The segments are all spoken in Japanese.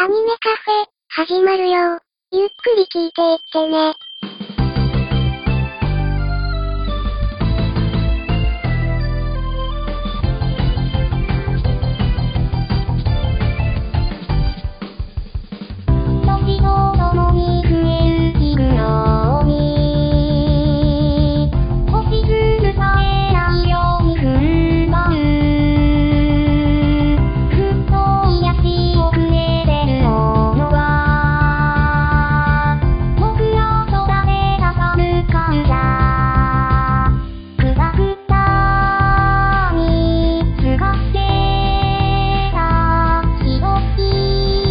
アニメカフェ、始まるよ。ゆっくり聞いていってね。時とともに増える日ぐように星屑さえないように踏ん張るふっと癒しをくれてるものは僕ら空で挟む感謝くたくたにすがってたひどい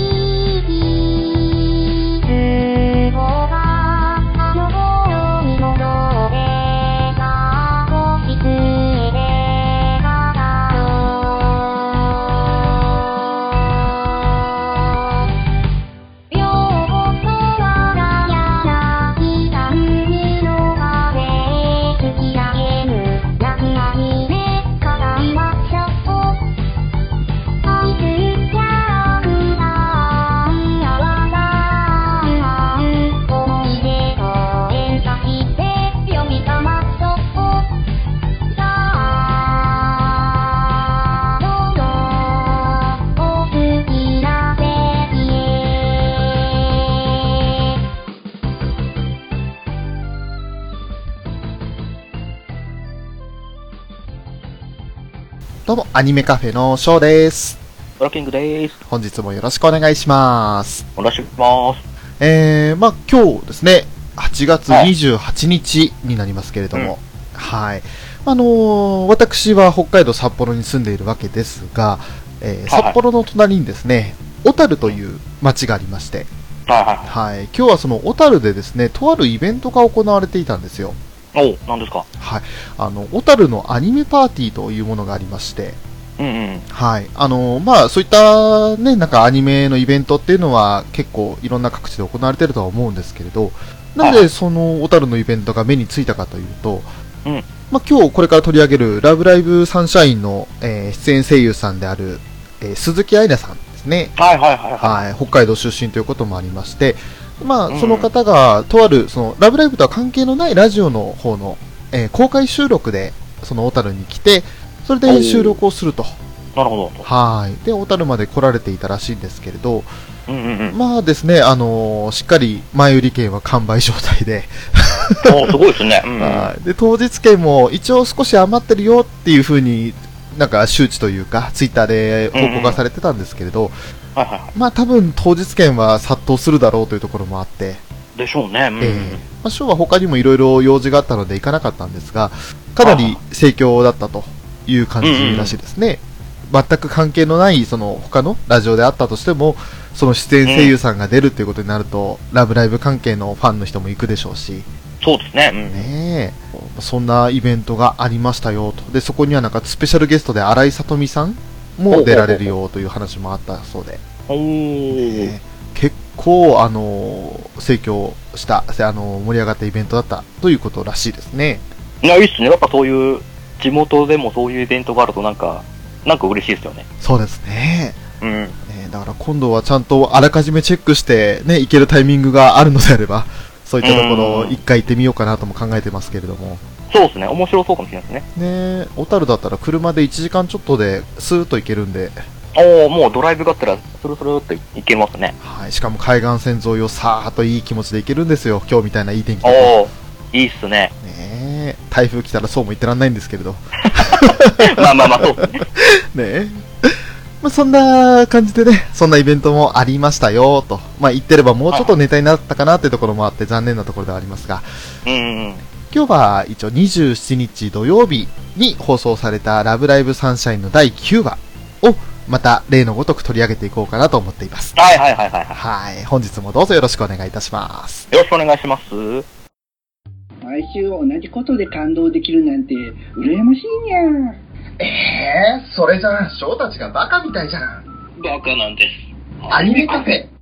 どうも、アニメカフェのショーです。 ブラッキングです。 本日もよろしくお願いします。 お願いします。 今日ですね、8月28日になりますけれども、はい。私は北海道札幌に住んでいるわけですが、札幌の隣にですね、小樽という町がありまして、はい。今日はその小樽でですね、とあるイベントが行われていたんですよ。 何ですか？ はい。小樽のアニメパーティーというものがありまして、はい。そういったね、なんかアニメのイベントっていうのは結構いろんな各地で行われているとは思うんですけれど、なぜその小樽のイベントが目についたかというと、今日これから取り上げるラブライブサンシャインの、出演声優さんである、鈴木愛菜さんですね。はい。北海道出身ということもありまして、その方が、とある、ラブライブとは関係のないラジオの方の、公開収録で、その小樽に来て、それで収録をすると。 なるほど。 はい。で、小樽まで来られていたらしいんですけれど、ですね、しっかり前売り券は完売状態で。 すごいですね。 で、当日券も一応少し余ってるよっていう風に、なんか周知というか、ツイッターで報告がされてたんですけれど、多分当日券は殺到するだろうというところもあって。 でしょうね。 ショーは他にもいろいろ用事があったので行かなかったんですが、かなり盛況だったという感じらしいですね。全く関係のない、他のラジオであったとしても、その出演声優さんが出るということになると、ラブライブ関係のファンの人も行くでしょうし。 そうですね。 ねえ。そんなイベントがありましたよと。で、そこにはなんかスペシャルゲストで新井さとみさんも出られるよという話もあったそうで。結構、盛況した、盛り上がったイベントだったということらしいですね。 いや、いいっすね。やっぱそういう、地元でもそういうイベントがあるとなんか嬉しいですよね。 そうですね。だから今度はちゃんとあらかじめチェックして、ね、行けるタイミングがあるのであれば、そういったところ、一回行ってみようかなとも考えてますけれども。 そうですね。面白そうかもしれないですね。ね、小樽だったら車で1時間ちょっとでスーッと行けるんで。 もうドライブがあったらスルスルって行けますね。 はい。しかも海岸線沿いをさーっといい気持ちで行けるんですよ。今日みたいないい天気だと。 いいっすね。 ねえ。台風来たらそうも言ってらんないんですけれど。 そうですね。 ねえ。そんな感じでね、そんなイベントもありましたよと。言ってればもうちょっとネタになったかなっていうところもあって残念なところではありますが。今日は一応27日土曜日に放送されたラブライブサンシャインの第9話をまた例のごとく取り上げていこうかなと思っています。はい。本日もどうぞよろしくお願いいたします。 よろしくお願いします。 毎週同じことで感動できるなんて羨ましいにゃ。 それじゃあショーたちがバカみたいじゃん。 バカなんです。 アニメカフェ。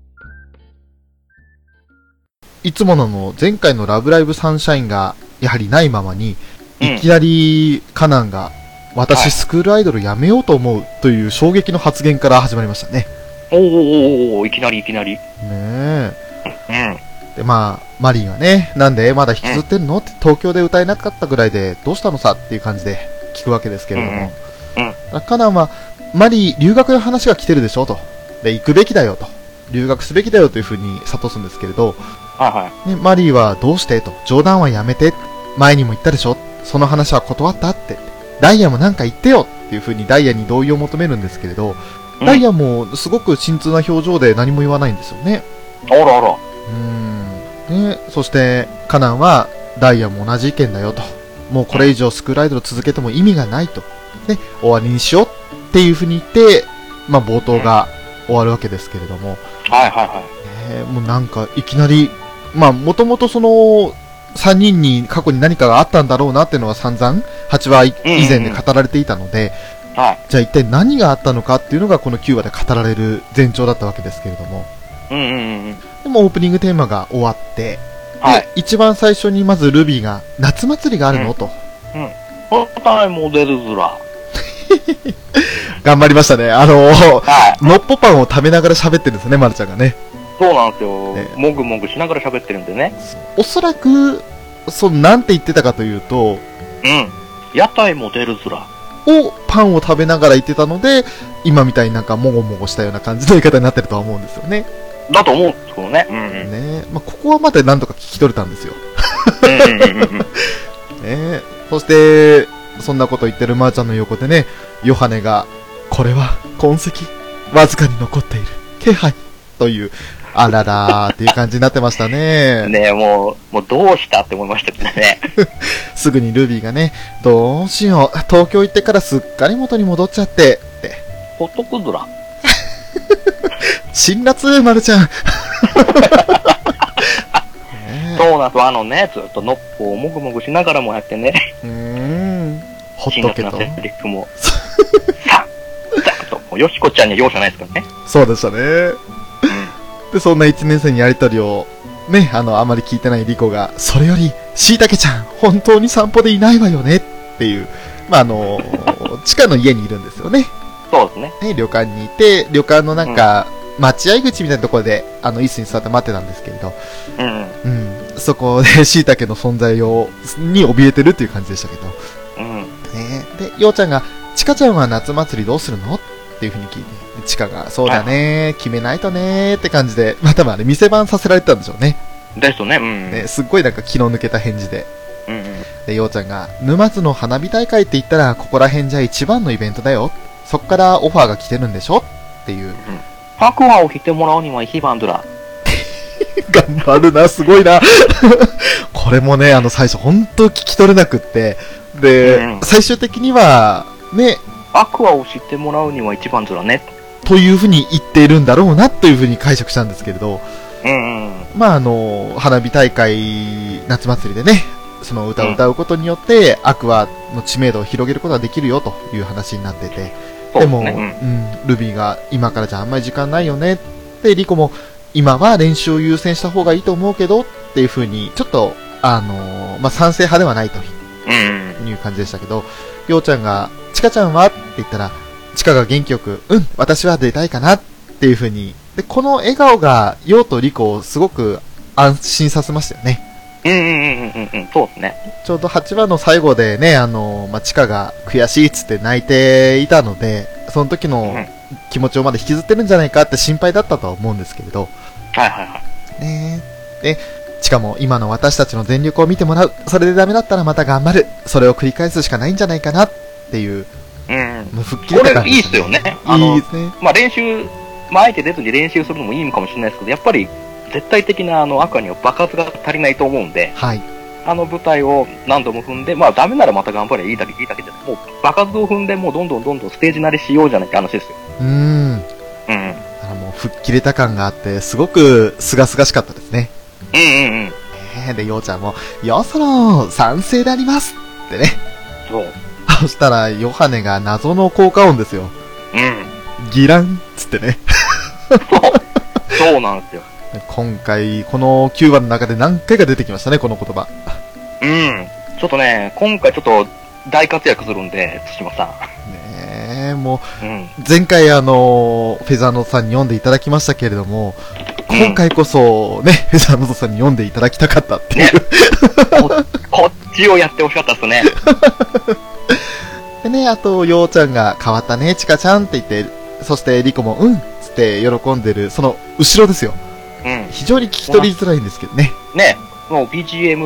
いつもの前回のラブライブサンシャインがやはりないままに、いきなりカナンが私スクールアイドルやめようと思うという衝撃の発言から始まりましたね。 いきなり。 ねえ。 うん。 で、まあ、マリーがね、なんでまだ引きずってるのって、東京で歌えなかったぐらいで、どうしたのさっていう感じで聞くわけですけれども。カナンは、マリー、留学の話が来てるでしょと。で、行くべきだよと。留学すべきだよというふうに諭すんですけれど、ね、マリーはどうしてと。冗談はやめて。前にも言ったでしょ。その話は断ったって。ダイヤもなんか言ってよっていうふうにダイヤに同意を求めるんですけれど、ダイヤもすごく沈痛な表情で何も言わないんですよね。 あら。 ね、そしてカナンはダイヤも同じ意見だよと。もうこれ以上スクールアイドル続けても意味がないと。で、終わりにしようっていうふうに言って、まあ冒頭が終わるわけですけれども。もうなんかいきなり、まあもともとその3人に過去に何かがあったんだろうなっていうのは散々8話以前で語られていたので、じゃあ一体何があったのかっていうのがこの9話で語られる前兆だったわけですけれども。でもオープニングテーマが終わって、一番最初にまずルビーが夏祭りがあるのと。 答えモデルズラ。 頑張りましたね。のっぽパンを食べながら喋ってるんですね、まるちゃんがね。 そうなんですよ。もぐもぐしながら喋ってるんでね。 おそらく、なんて言ってたかというと、 屋台モデルズラ。 パンを食べながら言ってたので、今みたいになんかもごもごしたような感じの言い方になってるとは思うんですよね。 だと思うんですけどね。 まあ、ここはまでなんとか聞き取れたんですよ。そして、そんなこと言ってるまーちゃんの横でね、ヨハネが、これは痕跡、わずかに残っている、気配、という、あららーっていう感じになってましたね。 もうどうしたって思いましたけどね。 すぐにルビーがね、どうしよう、東京行ってからすっかり元に戻っちゃって、って。 ホットクズラ。 辛辣、まるちゃん。 そうなんです。ずっとのっぽをもぐもぐしながらもやってね。 ほっとけと。 辛辣なセリフも。さあと、よしこちゃんには容赦ないですからね。 そうでしたね。で、そんな1年生にやりとりを、ね、あまり聞いてないリコが、それより、しいたけちゃん、本当に散歩でいないわよね、っていう、まあ、地下の家にいるんですよね。 そうですね。 旅館にいて、旅館のなんか、待合口みたいなところで、椅子に座って待ってたんですけれど、そこでしいたけの存在に怯えてるっていう感じでしたけど、で、ようちゃんが、ちかちゃんは夏祭りどうするのっていう風に聞いて、ちかが、そうだね、決めないとねって感じで、また店番させられてたんでしょうね。 ですよね。 すっごいなんか気の抜けた返事で。で、ようちゃんが、沼津の花火大会って言ったら、ここら辺じゃ一番のイベントだよ。そっからオファーが来てるんでしょっていう。 白話を引いてもらうには一番ドラ。 頑張るな、すごいな。これもね、最初本当聞き取れなくって。で、最終的には、ね、 アクアを知ってもらうには一番ドラね。 というふうに言っているんだろうな、というふうに解釈したんですけれど。まあ、花火大会、夏祭りでね、その歌を歌うことによって、アクアの知名度を広げることができるよ、という話になってて。でも、ルビーが今からじゃあんまり時間ないよね。で、リコも今は練習を優先した方がいいと思うけどっていう風に、ちょっと、まあ、賛成派ではないという感じでしたけど、ようちゃんが、ちかちゃんはって言ったら、ちかが元気よく、私は出たいかなっていう風に。で、この笑顔が、ようとリコをすごく安心させましたよね。 そうですね。 ちょうど8話の最後でね、まあ、チカが悔しいっつって泣いていたので、その時の気持ちをまだ引きずってるんじゃないかって心配だったとは思うんですけれど。で、チカも今の私たちの全力を見てもらう。それでダメだったらまた頑張る。それを繰り返すしかないんじゃないかなっていう。もう吹っ切れた感じ、 これいいっすよね。 いいですね。 まあ練習、まああえて出ずに練習するのもいいのかもしれないですけど、やっぱり、絶対的なアクアには爆発が足りないと思うんで、舞台を何度も踏んで、まあダメならまた頑張ればいいだけじゃない。もう爆発を踏んで、もうどんどんステージ慣れしようじゃないって話ですよ。もう吹っ切れた感があって、すごく清々しかったですね。で、ようちゃんも、よそろ賛成でありますってね。そしたら、ヨハネが謎の効果音ですよ。ギランっつってね。 そうなんですよ。 今回、この9話の中で何回か出てきましたね、この言葉。 ちょっとね、今回ちょっと大活躍するんで、対馬さん。 ね。もう、前回フェザーノートさんに読んでいただきましたけれども、今回こそね、フェザーノートさんに読んでいただきたかったっていう、ね、 こっちをやってほしかったですね。 でね、あと、ようちゃんが変わったね、ちかちゃんって言って、そしてリコもうんっつって喜んでる、その後ろですよ。非常に聞き取りづらいんですけどね。 ね、もう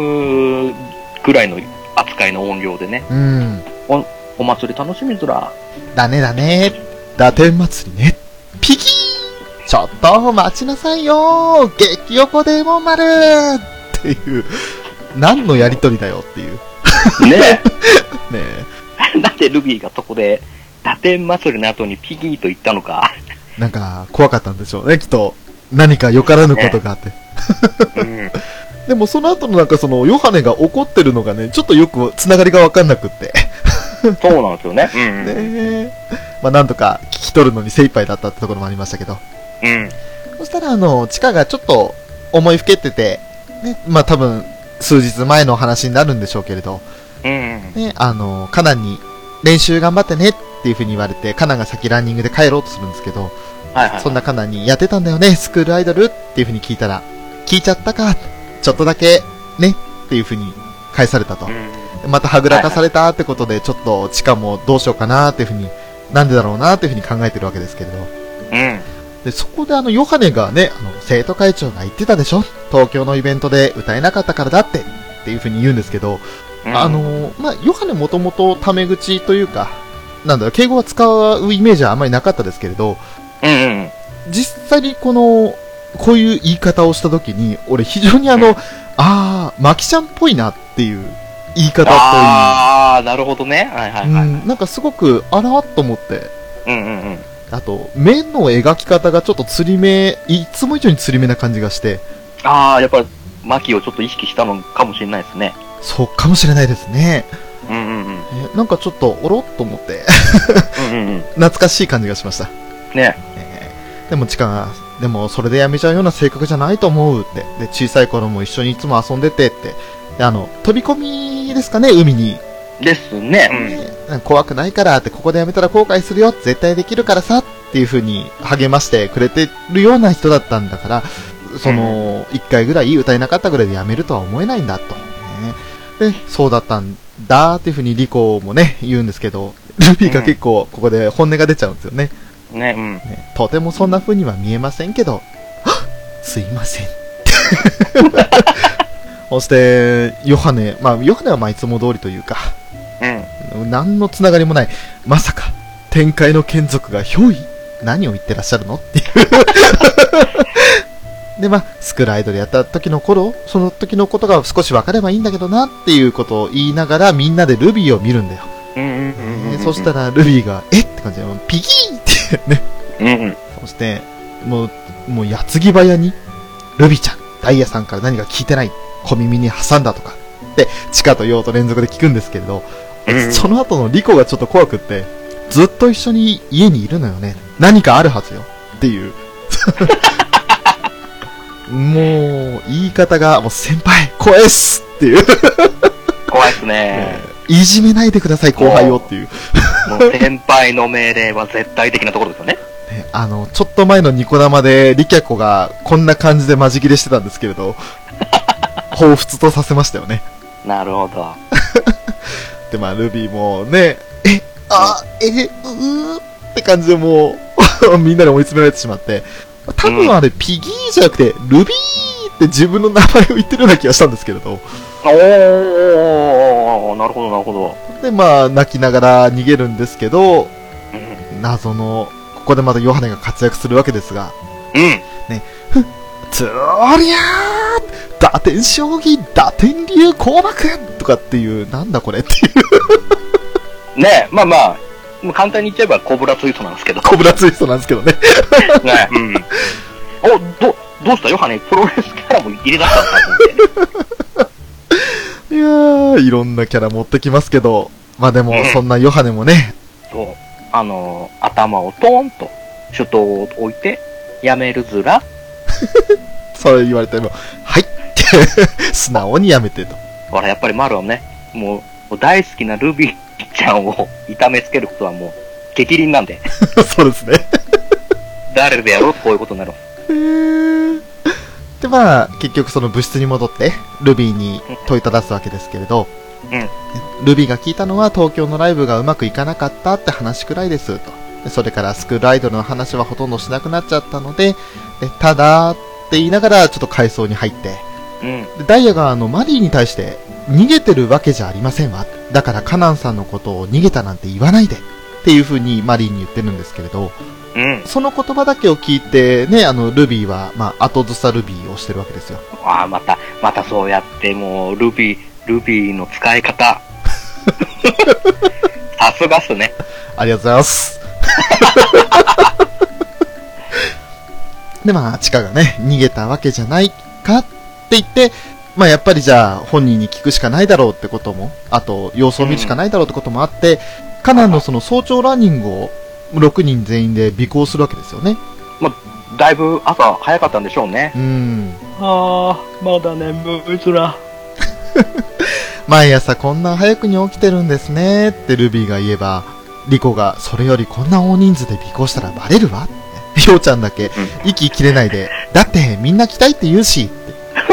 BGM ぐらいの扱いの音量でね。お祭り楽しみづら。 だね、打点祭りね。ピキーちょっと待ちなさいよ激横デーモン丸っていう、何のやりとりだよっていう。 ねえ。ねえ。なんでルビーがそこで、打点祭りの後にピキーと言ったのか。 なんか、怖かったんでしょうね、きっと。何かよからぬことがあって。でもその後のなんかその、ヨハネが怒ってるのがね、ちょっとよくつながりがわかんなくって。 そうなんですよね。 ねまあなんとか聞き取るのに精一杯だったってところもありましたけど。そしたらチカがちょっと思いふけってて、ね、まあ多分数日前の話になるんでしょうけれど、ね、カナンに練習頑張ってねっていう風に言われて、カナンが先ランニングで帰ろうとするんですけど、そんなカナンにやってたんだよね、スクールアイドルっていう風に聞いたら、聞いちゃったか、ちょっとだけねっていう風に返されたと。またはぐらかされたってことで、ちょっとチカもどうしようかなっていう風に、なんでだろうなっていう風に考えてるわけですけれど。で、そこでヨハネがね、生徒会長が言ってたでしょ、東京のイベントで歌えなかったからだってっていう風に言うんですけど、まあ、ヨハネもともとタメ口というか、なんだろう、敬語は使うイメージはあんまりなかったですけれど、実際にこういう言い方をしたときに、俺非常にマキちゃんっぽいなっていう言い方という。 なるほどね。 なんかすごく、あらっと思って。あと、目の描き方がちょっと釣り目、いつも以上に釣り目な感じがして。 やっぱり、マキをちょっと意識したのかもしれないですね。 そうかもしれないですね。なんかちょっと、おろっと思って。懐かしい感じがしました。 ね。 でも、チカが、でも、それでやめちゃうような性格じゃないと思うって。で、小さい頃も一緒にいつも遊んでてって。で、飛び込みですかね、海に。 ですね。 怖くないからって、ここでやめたら後悔するよ、絶対できるからさっていう風に励ましてくれてるような人だったんだから、一回ぐらい歌えなかったぐらいでやめるとは思えないんだと。で、そうだったんだっていう風にリコもね、言うんですけど、ルビーが結構ここで本音が出ちゃうんですよね。とてもそんな風には見えませんけど、すいません。そして、ヨハネはいつも通りというか、何のつながりもない、まさか、天界の眷属が憑依何を言ってらっしゃるのっていう。で、スクールアイドルやった時の頃、その時のことが少し分かればいいんだけどなっていうことを言いながら、みんなでルビーを見るんだよ。そしたら、ルビーが、えって感じで、ピキーってね。そして、もう矢継ぎ早に、ルビーちゃん、ダイヤさんから何か聞いてない。小耳に挟んだとかでチカとヨウと連続で聞くんですけれど、その後のリコがちょっと怖くって、ずっと一緒に家にいるのよね、何かあるはずよっていうもう言い方がもう先輩怖いっすっていう怖いっすねいじめないでください後輩をっていうもう先輩の命令は絶対的なところですよね。 ちょっと前のニコ生でリキャコがこんな感じでマジ切れしてたんですけれど彷彿とさせましたよね。 なるほど。 で、ルビーもね、って感じでもう、みんなで追い詰められてしまって、多分あれ、ピギーじゃなくて、ルビーって自分の名前を言ってるような気がしたんですけれど。 なるほど、なるほど。 で、泣きながら逃げるんですけど、謎の、ここでまたヨハネが活躍するわけですが、ね、つりゃー打点将棋、打点流降幕とかっていう、なんだこれっていうねえ、簡単に言っちゃえばコブラツイストなんですけど。 コブラツイストなんですけどね。 ねどうしたヨハネ、プロレスキャラも入れ出したんだって。 いやー、いろんなキャラ持ってきますけど、でも、そんなヨハネもね。 そう、頭をトーンと、手刀を置いて、やめるずら。 そう言われても、はいって素直にやめてと。 ほら、やっぱりマルはね、もう大好きなルビーちゃんを痛めつけることはもう激鱗なんで。 そうですね。 誰でやろうとこういうことになる。 で、まあ、結局その部室に戻って、ルビーに問いただすわけですけれど、ルビーが聞いたのは東京のライブがうまくいかなかったって話くらいですと。それからスクールアイドルの話はほとんどしなくなっちゃったので、ただって言いながらちょっと回想に入って、ダイヤがマリーに対して逃げてるわけじゃありませんわ。だからカナンさんのことを逃げたなんて言わないでっていう風にマリーに言ってるんですけれど、その言葉だけを聞いてね、ルビーは、まあ、後ずさルビーをしてるわけですよ。 ああ、またそうやってもう、ルビーの使い方。さすがっすね。 ありがとうございます。で、まあ、チカがね、逃げたわけじゃないかって言って、まあ、やっぱりじゃあ、本人に聞くしかないだろうってことも、あと、様子を見るしかないだろうってこともあって、カナンのその早朝ランニングを6人全員で尾行するわけですよね。 まあ、だいぶ朝早かったんでしょうね。ああ、まだ眠いずら。 毎朝こんな早くに起きてるんですねってルビーが言えば、リコがそれよりこんな大人数で尾行したらバレるわって。ヨウちゃんだけ息切れないで、だってみんな来たいって言うしって。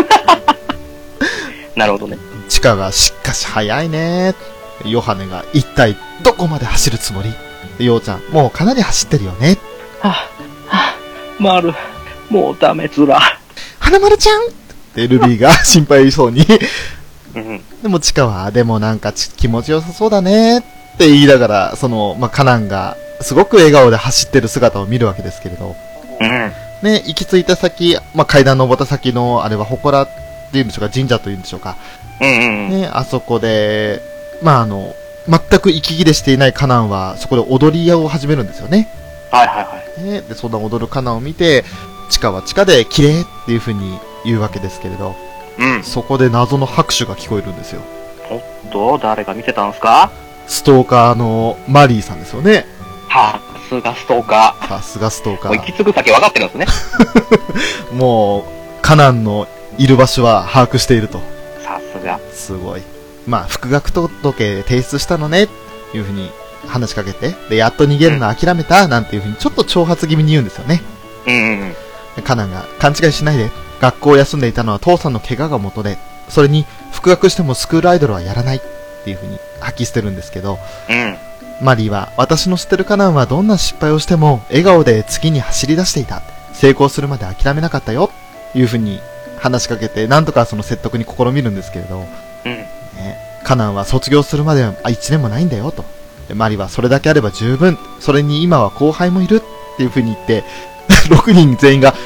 なるほどね。 チカがしかし早いね。ヨハネが一体どこまで走るつもり？ヨウちゃん、もうかなり走ってるよね。 マル、もうダメずら。 花丸ちゃんってルビーが心配そうに。でもチカは、でもなんか気持ちよさそうだねって言いながら、まあ、カナンがすごく笑顔で走ってる姿を見るわけですけれど。ね、行き着いた先、まあ、階段登った先の、あれは祠っていうんでしょうか、神社というんでしょうか。ね、あそこで、まあ全く息切れしていないカナンは、そこで踊り屋を始めるんですよね。ね、で、そんな踊るカナンを見て、チカはチカで綺麗っていう風に言うわけですけれど、そこで謎の拍手が聞こえるんですよ。 おっと、誰が見てたんすか？ ストーカーのマリーさんですよね。 さすがストーカー。 さすがストーカー。 もう行き着く先分かってるんですね。 もう、カナンのいる場所は把握していると。 さすが。 すごい。まあ、復学届提出したのね、っていう風に話しかけて、で、やっと逃げるの諦めた、なんていう風にちょっと挑発気味に言うんですよね。カナンが、勘違いしないで。学校を休んでいたのは父さんの怪我が元で、それに、復学してもスクールアイドルはやらないっていう風に吐き捨てるんですけど、マリーは、私の知ってるカナンはどんな失敗をしても、笑顔で次に走り出していた。成功するまで諦めなかったよ。いう風に話しかけて、なんとかその説得に試みるんですけれど、カナンは卒業するまでは1年もないんだよと。マリはそれだけあれば十分。それに今は後輩もいるっていう風に言って、6人全員が、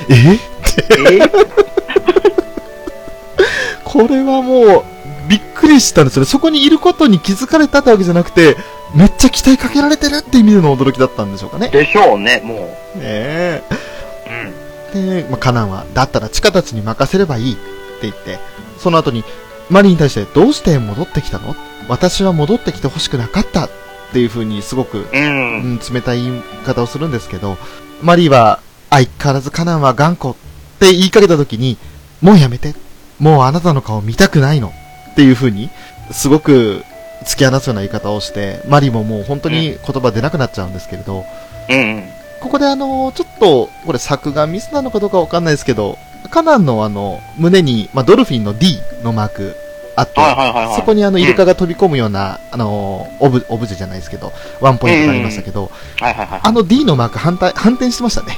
これはもう、びっくりしたんですよね。そこにいることに気づかれたってわけじゃなくて、めっちゃ期待かけられてるって意味での驚きだったんでしょうかね。 でしょうね、もう。 で、まあ、カナンは、だったらチカたちに任せればいいって言って、その後に、マリーに対して、どうして戻ってきたの？私は戻ってきてほしくなかったっていう風にすごく、冷たい言い方をするんですけど、マリーは、相変わらずカナンは頑固って言いかけた時に、もうやめて。もうあなたの顔見たくないの。っていう風に、すごく突き放すような言い方をして、マリーももう本当に言葉出なくなっちゃうんですけれど、ここでちょっと、これ作画ミスなのかどうかわかんないですけど、カナンの胸に、まあ、ドルフィンの D のマークあって、そこにイルカが飛び込むような、オブジェじゃないですけど、ワンポイントがありましたけど、D のマーク反転してましたね。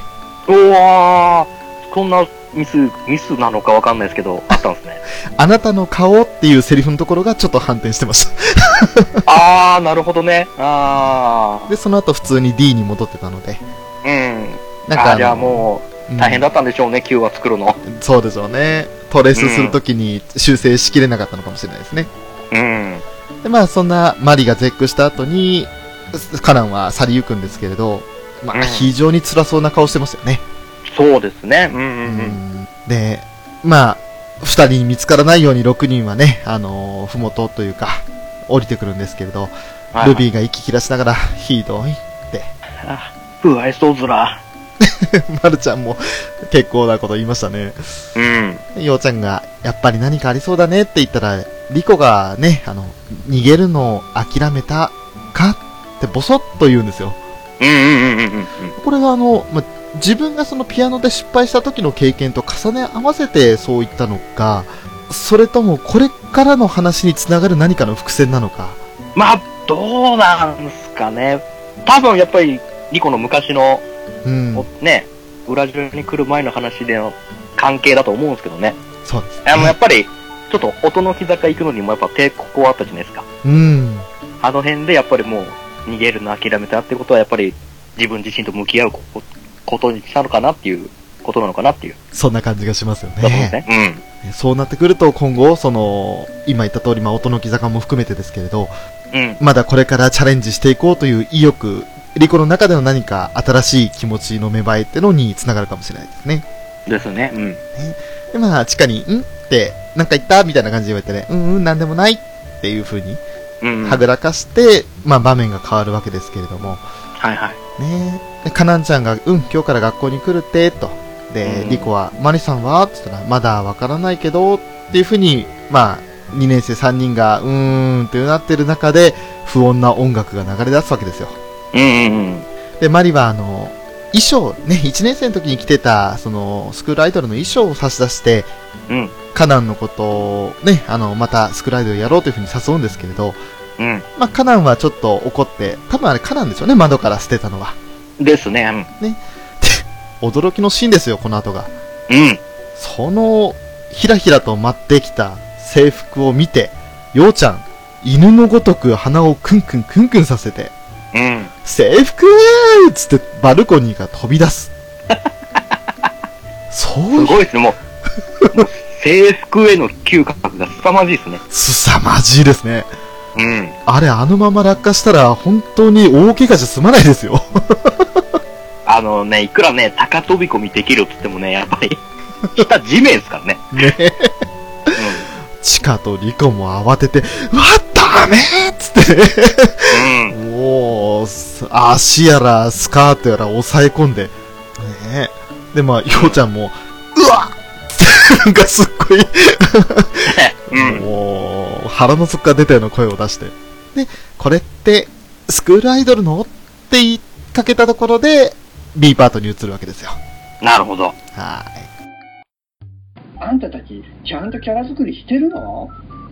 こんなミスなのかわかんないですけど、あったんですね。 あなたの顔っていうセリフのところがちょっと反転してました。 なるほどね。 で、その後普通に D に戻ってたので。 なんかじゃあもう、大変だったんでしょうね、Q は作るの。 そうでしょうね。トレースするときに修正しきれなかったのかもしれないですね。で、まあ、そんなマリが絶句した後に、カナンは去りゆくんですけれど、まあ、非常に辛そうな顔してますよね。 そうですね。 で、まあ、二人に見つからないように6人はね、ふもとというか、降りてくるんですけれど、ルビーが息切らしながら、ひどいって。 不愛想面。 まるちゃんも結構なこと言いましたね。ようちゃんが、やっぱり何かありそうだねって言ったら、リコがね、逃げるのを諦めたかってボソッと言うんですよ。 これが自分がそのピアノで失敗した時の経験と重ね合わせてそういったのか、それともこれからの話につながる何かの伏線なのか。 まあ、どうなんですかね。多分やっぱり、リコの昔の、ね、ウラジオに来る前の話での関係だと思うんですけどね。 そうですね。 やっぱり、ちょっと音の木坂行くのにもやっぱ抵抗あったじゃないですか。あの辺でやっぱりもう、逃げるの諦めたってことはやっぱり、自分自身と向き合うことにしたのかなっていうことなのかなっていう。 そんな感じがしますよね。 そうですね。 そうなってくると今後、今言った通り、音の木坂も含めてですけれど、まだこれからチャレンジしていこうという意欲、リコの中での何か新しい気持ちの芽生えってのにつながるかもしれないですね。 ですね。 で、まあ、地下に、ってなんか言ったみたいな感じで言われてね、なんでもないっていう風に、はぐらかして、まあ、場面が変わるわけですけれども。で、カナンちゃんが、今日から学校に来るって、と。で、リコは、マリさんはって言ったら、まだわからないけど、っていう風に、まあ、2年生3人が、ってなってる中で、不穏な音楽が流れ出すわけですよ。で、マリは、衣装、ね、1年生の時に着てた、スクールアイドルの衣装を差し出して、カナンのことを、ね、またスクールアイドルやろうという風に誘うんですけれど、まあ、カナンはちょっと怒って、多分あれカナンでしょうね、窓から捨てたのは。 ですね。 ね。で、驚きのシーンですよ、この後が。その、ひらひらと舞ってきた制服を見て、ようちゃん、犬のごとく鼻をクンクンクンクンさせて、制服ーつってバルコニーが飛び出す。 すごいですね、もう制服への嗅覚が凄まじいですね。 凄まじいですね。あれ、あのまま落下したら、本当に大怪我じゃ済まないですよ。 いくらね、高飛び込みできるって言ってもね、やっぱり、下地面ですからね。 チカとリコも慌てて、ダメーっつってね。もう、足やらスカートやら押さえ込んで、ね。で、まあ、ようちゃんも、うわっなんかすっごいもう、腹の底から出たような声を出して。で、これって、スクールアイドルのって言いかけたところで、B パートに移るわけですよ。 なるほど。 あんたたち、ちゃんとキャラ作りしてるの？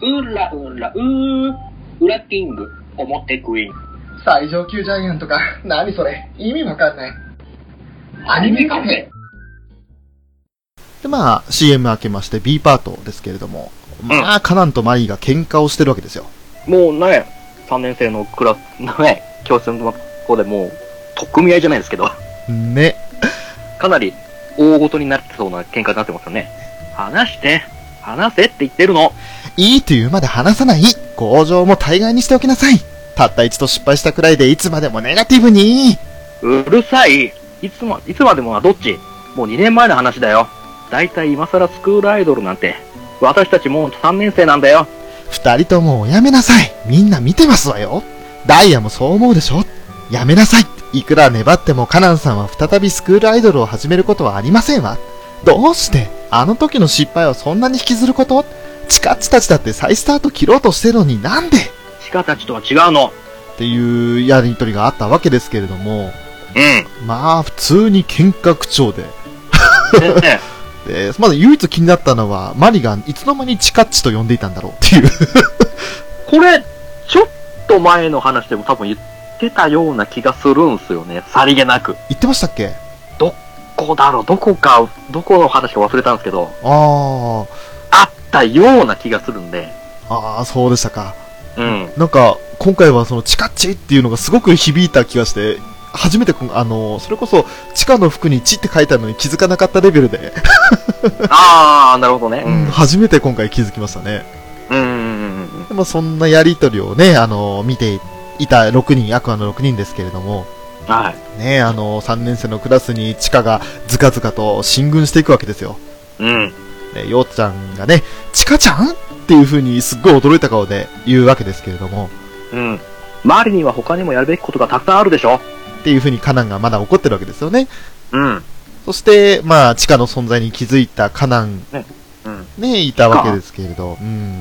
ウラキング、表クイーン。 最上級ジャイアンとか、何それ？意味わかんない。 アニメカフェ。 で、まあ、CM 明けまして B パートですけれども、まあ、カナンとマリーが喧嘩をしてるわけですよ。 もうね、3年生のクラスのね、教室の子でもう、取っ組み合いじゃないですけど。 ね。 かなり大ごとになってそうな喧嘩になってますよね。話せって言ってるの。 いいというまで話さない。向上も大概にしておきなさい。たった一度失敗したくらいでいつまでもネガティブに。 うるさい。いつまでもはどっち？もう2年前の話だよ。だいたい今更スクールアイドルなんて。私たちもう3年生なんだよ。 2人ともおやめなさい。みんな見てますわよ。ダイヤもそう思うでしょ。やめなさい。いくら粘ってもカナンさんは再びスクールアイドルを始めることはありませんわ。どうしてあの時の失敗をそんなに引きずること？チカッチたちだって再スタート切ろうとしてるのになんで？ チカたちとは違うの。 っていうやりとりがあったわけですけれども、まあ普通に喧嘩口調で。で、まだ唯一気になったのは、マリがいつの間にチカッチと呼んでいたんだろうっていう。 これ、ちょっと前の話でも多分言ってたような気がするんすよね。さりげなく。 言ってましたっけ？ どこの話か忘れたんですけど。あったような気がするんで。 そうでしたか。なんか、今回はそのチカッチっていうのがすごく響いた気がして、初めて、それこそ、地下の服にチって書いてあるのに気づかなかったレベルで。 なるほどね。 初めて今回気づきましたね。でもそんなやりとりをね、見ていた6人、アクアの6人ですけれども、ね、3年生のクラスにチカがずかずかと進軍していくわけですよ。で、ようちゃんがね、チカちゃんっていう風にすっごい驚いた顔で言うわけですけれども、 周りには他にもやるべきことがたくさんあるでしょっていう風にカナンがまだ怒ってるわけですよね。そして、まあ、チカの存在に気づいたカナン、ね、いたわけですけれど、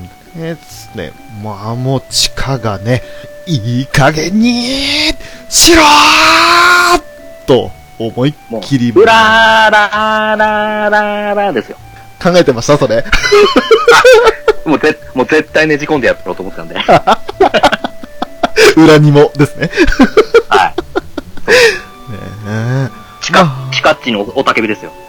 まあ、もうチカがね、いい加減にしろーと思いっきり。 うらーらーらーらーらーですよ。 考えてましたそれ。 もう絶対ねじ込んでやろうと思ってたんで。 裏にもですね。 はい。 ねえ。 チカッチのおたけびですよ。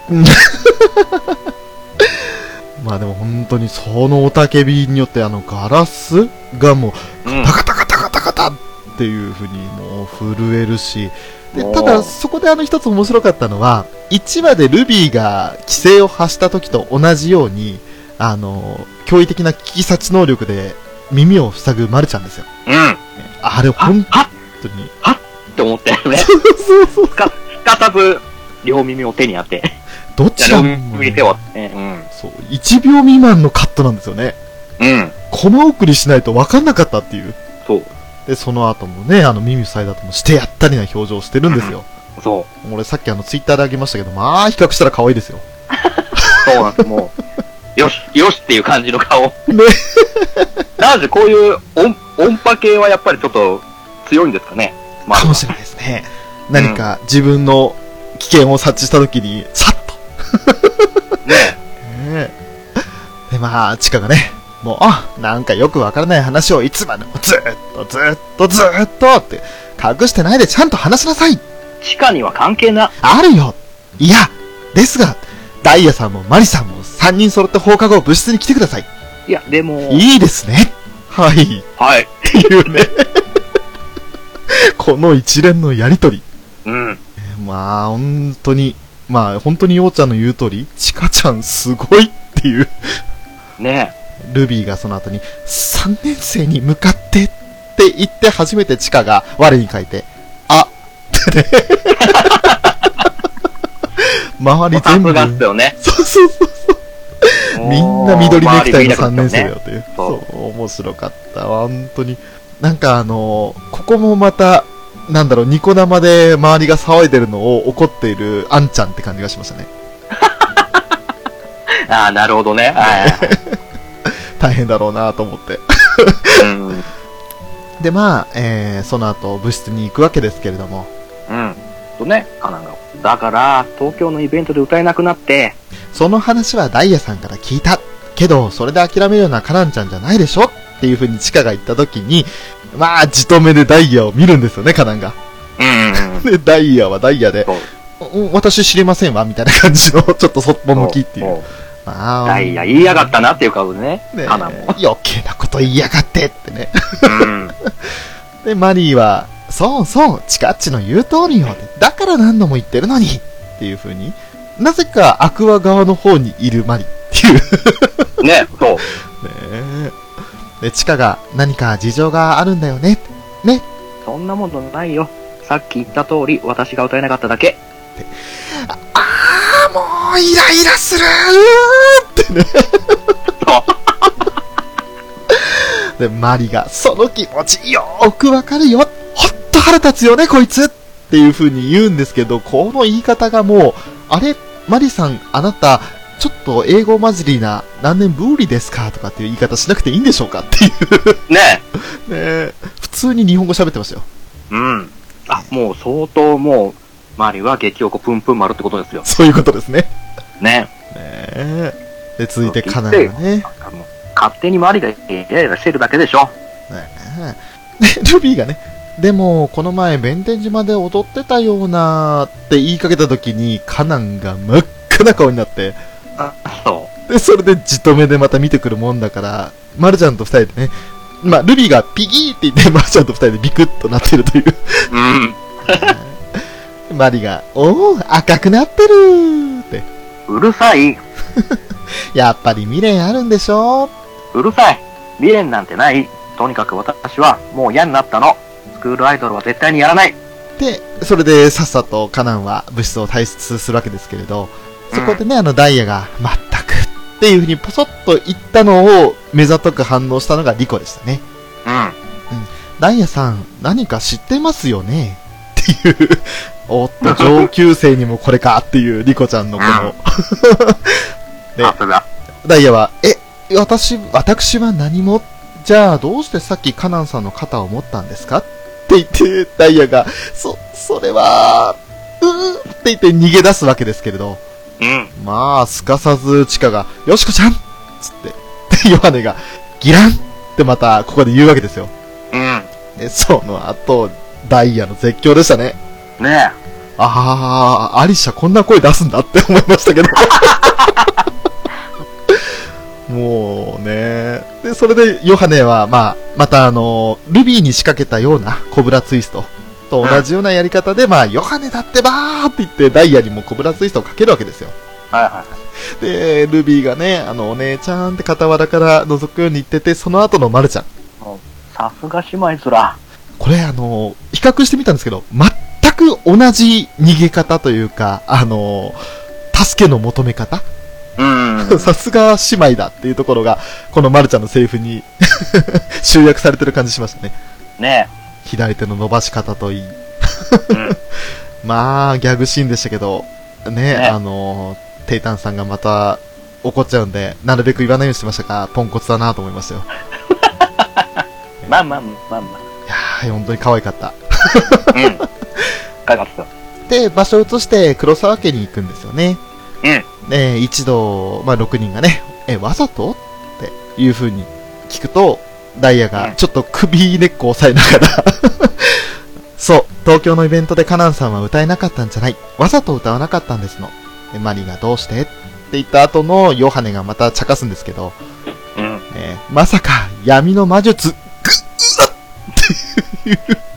まあでも本当にそのおたけびによってガラスがもうカタカタカタカタカタっていう風にもう震えるし、でただそこで一つ面白かったのは1話でルビーが規制を発した時と同じように驚異的な危機察知能力で耳を塞ぐマルちゃんですよ。 うん。 あれ本当にはっって思ったよね。 そうすかさず両耳を手に当て。 どちらも、 ね、手を、 そう、1秒未満のカットなんですよね。 うん。 コマ送りしないと分かんなかったっていう。 そう。 で、その後もね、耳塞いだ後もしてやったりな表情をしてるんですよ。 そう。 俺さっきツイッターであげましたけど、まあ、比較したら可愛いですよ。 そうなんです、もう。よしっていう感じの顔。ね。なんでこういう音波系はやっぱりちょっと強いんですかね。 かもしれないですね。何か自分の危険を察知した時に、さっと。ねで、まあ、チカがね、もう、なんかよくわからない話をいつまでもずっとって隠してないでちゃんと話しなさい。 チカには関係な。 あるよ。いや、ですが、ダイヤさんもマリさんも3人揃って放課後部室に来てください。 いや、でも。 いいですね。はい。 はい。 っていうね。この一連のやりとり。 うん。 まあ、本当にようちゃんの言う通り、チカちゃんすごいっていう。 ねえ。ルビーがその後に、3年生に向かってって言って初めてチカが我に返って、あってね。周り全部。 よね、 そう。みんな緑ネクタイの3年生だよっていう。そう、面白かったわ、本当に。なんかここもまた、ニコ生で周りが騒いでるのを怒っているアンちゃんって感じがしましたね。 ああ、なるほどね。 大変だろうなと思って。で、まあ、その後部室に行くわけですけれども。 カナンが。だから、東京のイベントで歌えなくなって。 その話はダイヤさんから聞いた。けど、それで諦めるようなカナンちゃんじゃないでしょっていう風にチカが言った時に、まあ、じとめでダイヤを見るんですよね、カナンが。で、ダイヤはダイヤで、私知りませんわ、みたいな感じの、ちょっとそっぽ向きっていう。 ダイヤ言いやがったなっていう顔でね、カナンも。 余計なこと言いやがってってね。で、マリーは、そうそう、チカッチの言う通りよ。だから何度も言ってるのにっていう風に、なぜかアクア側の方にいるマリっていう。 ね、そう。 ねで、チカが何か事情があるんだよね。ね。 そんなものないよ。さっき言った通り、私が歌えなかっただけ。 もうイライラするーってね。で、マリが、その気持ちよーくわかるよ。ほっと腹立つよね、こいつっていう風に言うんですけど、この言い方がもう、あれ、マリさん、あなた、ちょっと英語混じりな何年ぶりですかとかっていう言い方しなくていいんでしょうかっていう。 ねえ。普通に日本語喋ってましたよ。 もう相当もう、マリは激おこプンプン丸ってことですよ。 そういうことですね。 ねで、続いてカナダがね。 勝手にマリがイライラしてるだけでしょ。 で、ルビーがね、でも、この前、弁天島で踊ってたようなって言いかけた時に、カナンが真っ赤な顔になって、で、それでじとめでまた見てくるもんだから、マルちゃんと二人でね、ルビーがピギーって言って、マルちゃんと二人でビクッとなってるという。マリが、おー、赤くなってるーって。 うるさい。 やっぱり未練あるんでしょ。 うるさい。未練なんてない。とにかく私はもう嫌になったの。スクールアイドルは絶対にやらない。 で、それでさっさとカナンは部室を退出するわけですけれど、そこでね、ダイヤが、まったくっていう風にポソッと言ったのを目ざとく反応したのがリコでしたね。ダイヤさん、何か知ってますよねっていう、おっと、上級生にもこれかっていうリコちゃんのこの、で、ダイヤは、私は何も、じゃあどうしてさっきカナンさんの肩を持ったんですかって言って、ダイヤが、それは、 って言って逃げ出すわけですけれど、まあ、すかさずチカが、よしこちゃんつって、で、ヨハネが、ギランってまた、ここで言うわけですよ。で、その後、ダイヤの絶叫でしたね。 ねえ。 アリシャこんな声出すんだって思いましたけど。もうね。で、それでヨハネは、まあ、またルビーに仕掛けたようなコブラツイストと同じようなやり方で、まあ、ヨハネだってばーって言ってダイヤにもコブラツイストをかけるわけですよ。 はいはい。 で、ルビーがね、お姉ちゃんって傍らから覗くように言ってて、その後のマルちゃん。 さすが姉妹すら。これ比較してみたんですけど、全く同じ逃げ方というか、助けの求め方さすが姉妹だっていうところが、このマルちゃんのセリフに集約されてる感じしましたね。 ねえ。左手の伸ばし方といい。まあ、ギャグシーンでしたけど、ね、テイタンさんがまた怒っちゃうんで、なるべく言わないようにしてましたが、ポンコツだなと思いましたよ。 まあ。いやー、本当に可愛かった。 可愛かったよ。 で、場所を移して黒沢家に行くんですよね。一度、まあ、6人がね、わざとっていう風に聞くと、ダイヤがちょっと首根っこを押さえながらそう、東京のイベントでカナンさんは歌えなかったんじゃない。わざと歌わなかったんですの。でマリがどうしてって言った後のヨハネがまた茶化すんですけど、まさか闇の魔術っていう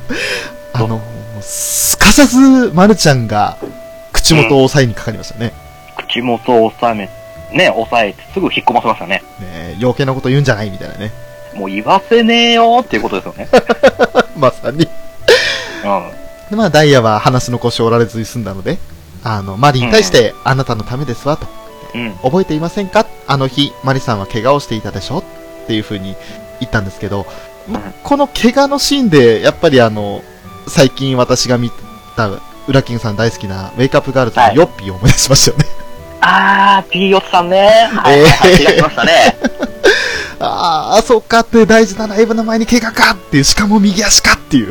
すかさずマルちゃんが口元を押さえにかかりましたね。 口元を押さえてすぐ引っ込ませましたね。 余計なこと言うんじゃないみたいなね。 もう言わせねえよっていうことですよね。 まさに。で、まあ、ダイヤは話の腰を折られずに済んだので、マリに対して、あなたのためですわと。覚えていませんか？あの日、マリさんは怪我をしていたでしょっていう風に言ったんですけど、この怪我のシーンで、やっぱり最近私が見た、ウラキングさん大好きな、ウェイクアップガールズのヨッピーを思い出しましたよね。 ピーヨッツさんね。怪我しましたね。 そうかって大事なライブの前に怪我かっていう、しかも右足かっていう。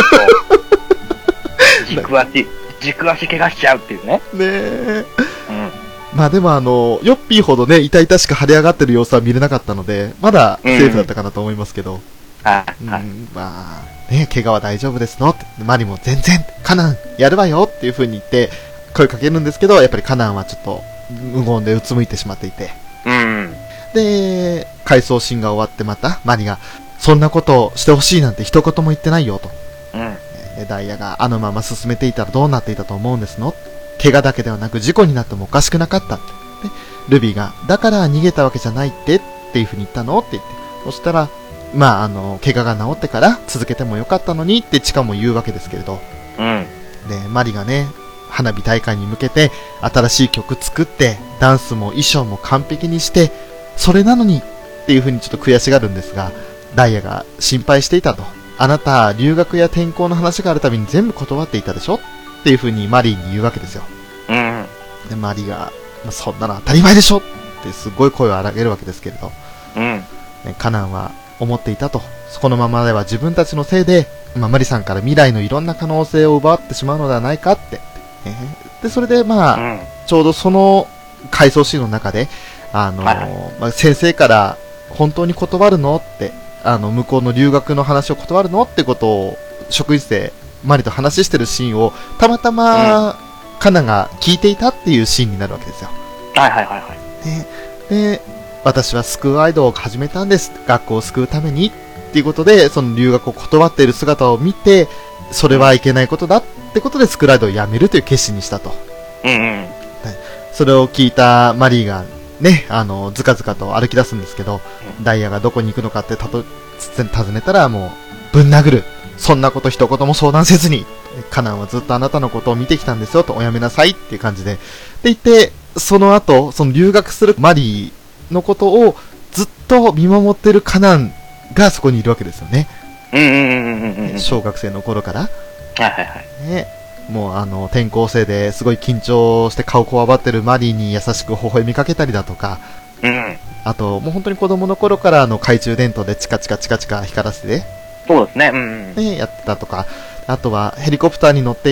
軸足怪我しちゃうっていうね。 まあでもヨッピーほどね、痛々しく腫れ上がってる様子は見れなかったので、まだセーフだったかなと思いますけど。まあ、ね、怪我は大丈夫ですのって。マリも全然、カナンやるわよっていう風に言って、声かけるんですけど、やっぱりカナンはちょっと、無言でうつむいてしまっていて。で、回想シーンが終わってまた、マリが、そんなことをしてほしいなんて一言も言ってないよと。で、ダイヤがあのまま進めていたらどうなっていたと思うんですの？怪我だけではなく事故になってもおかしくなかったって。で、ルビーが、だから逃げたわけじゃないっていう風に言ったのって言って。そしたら、まあ怪我が治ってから続けてもよかったのにってチカも言うわけですけれど。で、マリがね、花火大会に向けて新しい曲作って、ダンスも衣装も完璧にして、それなのにっていう風にちょっと悔しがるんですが、ダイヤが心配していたと。あなた、留学や転校の話があるたびに全部断っていたでしょっていう風にマリーに言うわけですよ。で、マリーが、そんなの当たり前でしょってすごい声を荒げるわけですけれど。カナンは思っていたと。このままでは自分たちのせいで、マリさんから未来のいろんな可能性を奪ってしまうのではないかって。で、それでちょうどその回想シーンの中で、先生から本当に断るのって、向こうの留学の話を断るのってことを、職員室マリと話してるシーンを、たまたま、カナが聞いていたっていうシーンになるわけですよ。で、私は救うアイドルを始めたんです。学校を救うために。っていうことで、その留学を断っている姿を見て、それはいけないことだってことでスクールアイドルをやめるという決心にしたと。それを聞いたマリーが、ね、ずかずかと歩き出すんですけど、ダイヤがどこに行くのかって尋ねたら、もう、ぶん殴る。そんなこと一言も相談せずに、カナンはずっとあなたのことを見てきたんですよと、おやめなさいっていう感じで。で言って、その後、その留学するマリーのことをずっと見守ってるカナンがそこにいるわけですよね。小学生の頃から。ね、もう転校生ですごい緊張して顔こわばってるマリーに優しく微笑みかけたりだとか、あと、もう本当に子供の頃から懐中電灯でチカチカ光らせて、 そうですね。 やってたとか、あとはヘリコプターに乗って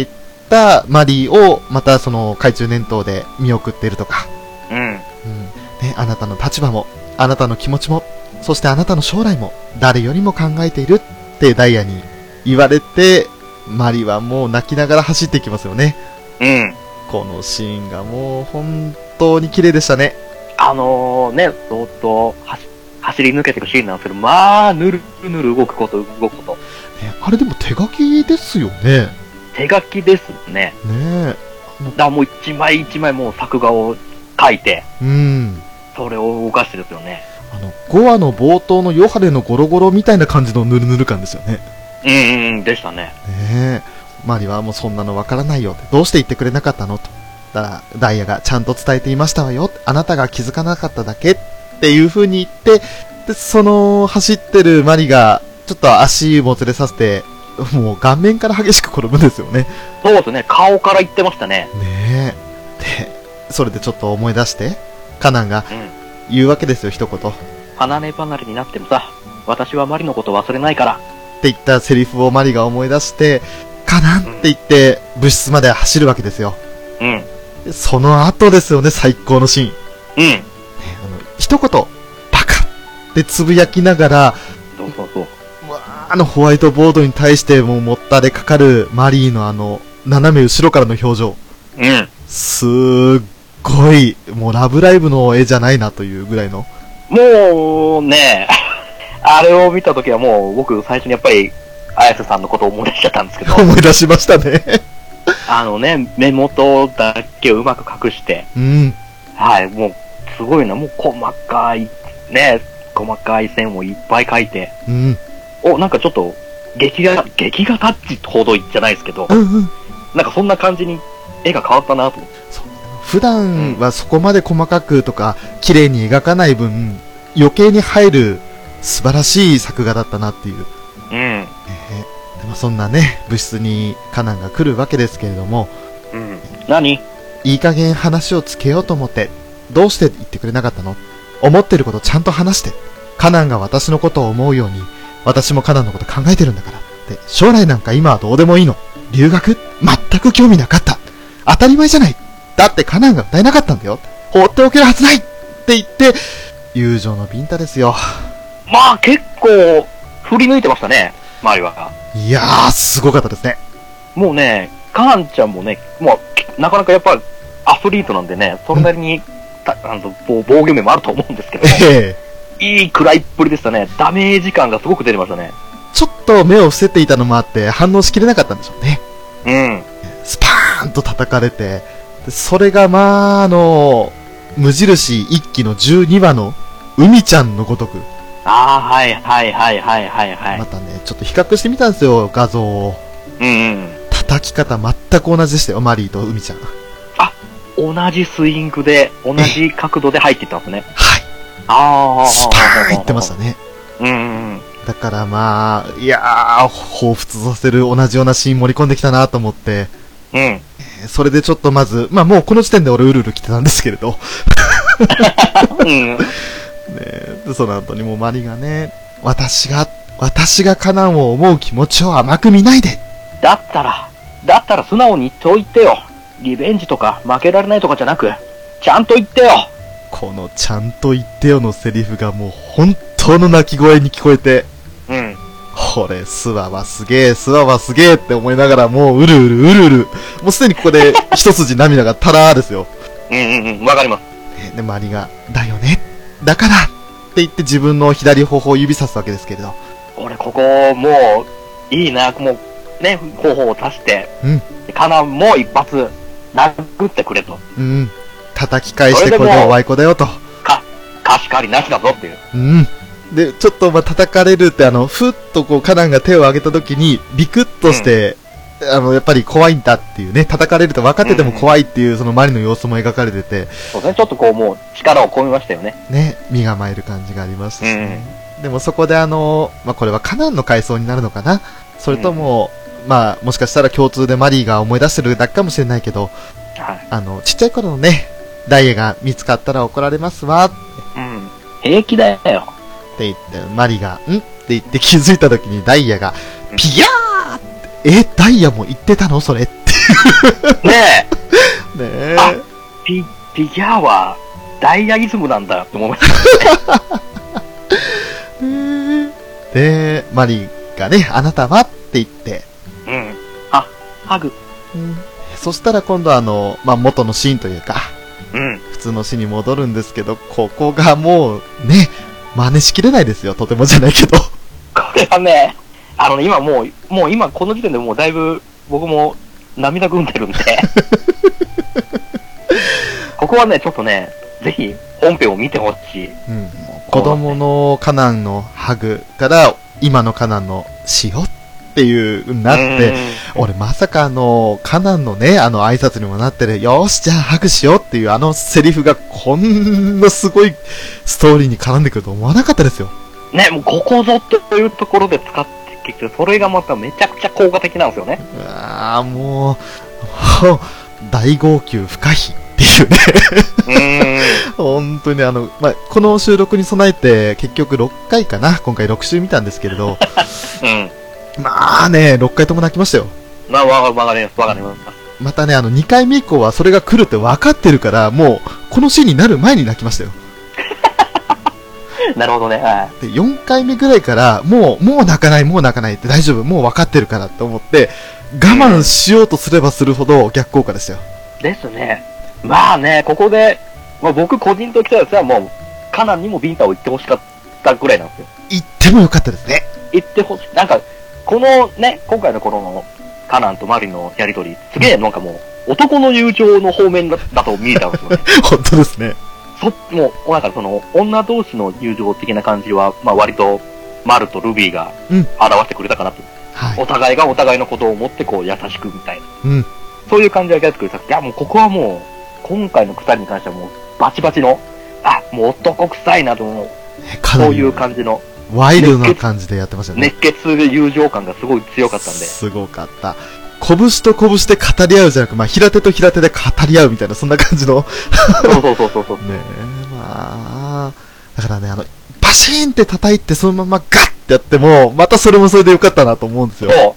ったマリーをまたその懐中電灯で見送っているとか、ね、あなたの立場もあなたの気持ちもそしてあなたの将来も誰よりも考えているってダイヤに言われて、マリーはもう泣きながら走っていきますよね。このシーンがもう本当に綺麗でしたね。 ずっと走り抜けていくシーンなんですけど、まあ、ぬるぬる動くこと。 あれでも手書きですよね。 手書きですね。 ねえ。 だからもう一枚一枚もう作画を書いて、それを動かしてですよね。 5話の冒頭のヨハネのゴロゴロみたいな感じのぬるぬる感ですよね。 でしたね。 ねえ。マリはもうそんなのわからないよって。どうして言ってくれなかったのと。だから、ダイヤがちゃんと伝えていましたわよ。あなたが気づかなかっただけっていう風に言って、で、その走ってるマリが、ちょっと足もつれさせて、もう顔面から激しく転ぶんですよね。 そうですね。顔から言ってましたね。 ねえ。で、それでちょっと思い出して、カナンが言うわけですよ、一言。 離れ離れになってもさ、私はマリのこと忘れないから。 って言ったセリフをマリが思い出して、カナンって言って部室まで走るわけですよ。でその後ですよね、最高のシーン。ね、一言、バカってつぶやきながら、ホワイトボードに対してももったれかかるマリーの斜め後ろからの表情。すっごい、もうラブライブの絵じゃないなというぐらいの。 もうね、あれを見たときはもう僕最初にやっぱり、綾瀬さんのことを思い出しちゃったんですけど。 思い出しましたね。 目元だけをうまく隠して。はい、もう、すごいな、もう細かい線をいっぱい描いて。なんかちょっと、劇画タッチほどじゃないですけど、なんかそんな感じに絵が変わったなと思って。 普段はそこまで細かくとか、綺麗に描かない分、余計に入る素晴らしい作画だったなっていう。でもそんなね、部室にカナンが来るわけですけれども、 何？ いい加減話をつけようと思って、どうして言ってくれなかったの？思ってることちゃんと話して。カナンが私のことを思うように、私もカナンのこと考えてるんだから。で、将来なんか今はどうでもいいの。留学？全く興味なかった。当たり前じゃない。だってカナンが歌えなかったんだよ。放っておけるはずないって言って、友情のビンタですよ。 まあ結構、振り抜いてましたね、周りは。 いやー、すごかったですね。 もうね、カナンちゃんもね、もう、なかなかやっぱアスリートなんでね、それなりに、防御面もあると思うんですけど、いい食らいっぷりでしたね。ダメージ感がすごく出てましたね。 ちょっと目を伏せていたのもあって反応しきれなかったんでしょうね。スパーンと叩かれて、それがまあ無印一期の12話の海ちゃんのごとく。 はい。 またね、ちょっと比較してみたんですよ、画像を。叩き方全く同じでしたよ、マリーと海ちゃん。 同じスイングで、同じ角度で入っていったんですね。 スパーンいってましたね。だからまあ、いやー、彷彿させる同じようなシーン盛り込んできたなと思って。それでちょっとまず、まあもうこの時点で俺うるうる来てたんですけれど。その後にもマリがね、私がカナンを思う気持ちを甘く見ないで。 だったら素直にそう言ってよ。リベンジとか負けられないとかじゃなく、ちゃんと言ってよ。 このちゃんと言ってよのセリフがもう本当の泣き声に聞こえて、これスワはすげえって思いながらもううるうる、もうすでにここで一筋涙がタラーですよ。 わかります。 で、マリが、だよね、だからって言って自分の左頬を指さすわけですけれど。 俺ここもう、いいな、もうね、頬を足して、カナンも一発殴ってくれと。 叩き返してこれでワイコだよと。 貸し借りなしだぞっていう。 で、ちょっと叩かれるって、ふっとこう、カナンが手を上げたときに、ビクッとして、やっぱり怖いんだっていうね、叩かれると分かってても怖いっていう、そのマリの様子も描かれてて。 そうね、ちょっとこう、もう、力を込めましたよね。 ね、身構える感じがありましたしね。でもそこでこれはカナンの回想になるのかな？それとも、もしかしたら共通でマリーが思い出してるだけかもしれないけど、ちっちゃい頃のね、ダイヤが見つかったら怒られますわ。 平気だよ。 って言って、マリが、って言って気づいた時にダイヤが、ピヤーって、ダイヤも言ってたのそれってねえ。ねえ。 あ、フィギュアはダイヤイズムなんだって思いましたね。で、マリーがね、あなたはって言って、 うん。あ、ハグ。 うん。そしたら今度まあ、元のシーンというか、 うん。 普通のシーンに戻るんですけど、ここがもう、ね、真似しきれないですよ、とてもじゃないけど。これはね、今もう今この時点でもうだいぶ僕も涙ぐんでるんで、ここはね、ちょっとね、ぜひ本編を見てほしい。うん。 子供のカナンのハグから、今のカナンの塩っていう風になって、俺まさかカナンのね、挨拶にもなってる、よーし、じゃあハグしようっていうセリフがこんなすごいストーリーに絡んでくると思わなかったですよ。 ね、もうここぞというところで使ってきて、それがまためちゃくちゃ効果的なんですよね。 もう、大号泣不可避っていうね。本当にまあ、この収録に備えて結局6回かな、今回6週見たんですけれど、うん。まあね、6回とも泣きましたよ。 まあ、わかります。 またね、2回目以降はそれが来るって分かってるから、もう、このシーンになる前に泣きましたよ。 なるほどね。はい。 で、4回目ぐらいから、もう泣かないって大丈夫、もう分かってるからって思って、我慢しようとすればするほど逆効果でしたよ。 ですね。まあね、ここで、まあ僕個人としてはもう、カナンにもビンタを言ってほしかったぐらいなんですよ。 言ってもよかったですね。 言ってほしい。なんか、このね、今回のこの、カナンとマリのやりとり、すげえなんかもう、男の友情の方面だと見えたんですよね。 本当ですね。 もう、なんか女同士の友情的な感じは、まあ割と、マルとルビーが表してくれたかなと。はい、お互いがお互いのことを思って優しくみたいな。うん。そういう感じが出てくる。いや、もうここはもう、今回のくさりに関してはもう、バチバチの、もう男臭いなと思う。そういう感じの。 ワイルドな感じでやってましたね。 熱血友情感がすごい強かったんで。 すごかった。拳と拳で語り合うじゃなく、まあ、平手と平手で語り合うみたいな、そんな感じの。 そう。ねえ、まあ。だからね、バシーンって叩いて、そのままガッってやっても、またそれもそれでよかったなと思うんですよ。 そう。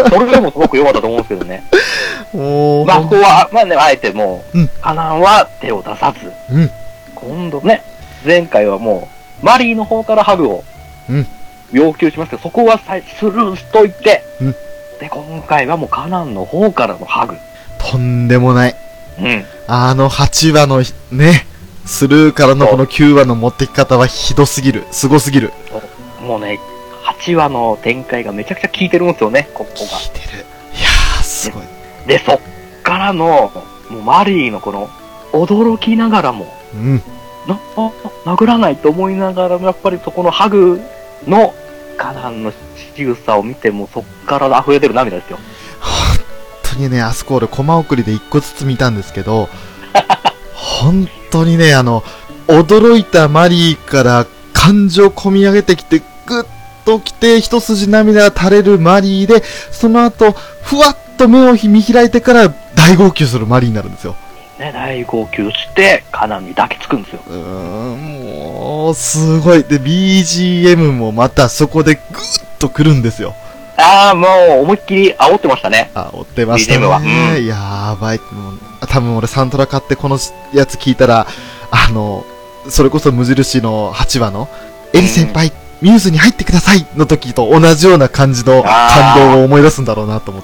それでもすごく良かったと思うんですけどね。まあ、ここは、まあね、あえてもう、カナンは手を出さず、今度ね、前回はもう、マリーの方からハグを、要求しますけど、そこはスルーしといて、で、今回はもうカナンの方からのハグ。 とんでもない。8話のね、スルーからのこの9話の持ってき方はひどすぎる。すごすぎる。 もうね、8話の展開がめちゃくちゃ効いてるんですよね、ここが。効いてる。いやー、すごい。 で、そっからの、もうマリーのこの、驚きながらも、殴らないと思いながらも、やっぱりそこのハグのカナンの仕草を見ても、そっから溢れてる涙ですよ。 本当にね、あそこ俺コマ送りで1個ずつ見たんですけど、本当にね、驚いたマリーから感情込み上げてきて、ぐっと来て、一筋涙が垂れるマリーで、その後、ふわっと目を見開いてから大号泣するマリーになるんですよ。 ね、大号泣して、カナンに抱きつくんですよ。 もう、すごい。で、BGM もまたそこでぐーっと来るんですよ。 もう、思いっきり煽ってましたね。 煽ってましたね。BGM は。やばい。多分俺サントラ買ってこのやつ聞いたら、それこそ無印の8話の、エリ先輩、ミューズに入ってくださいの時と同じような感じの感動を思い出すんだろうなと思って。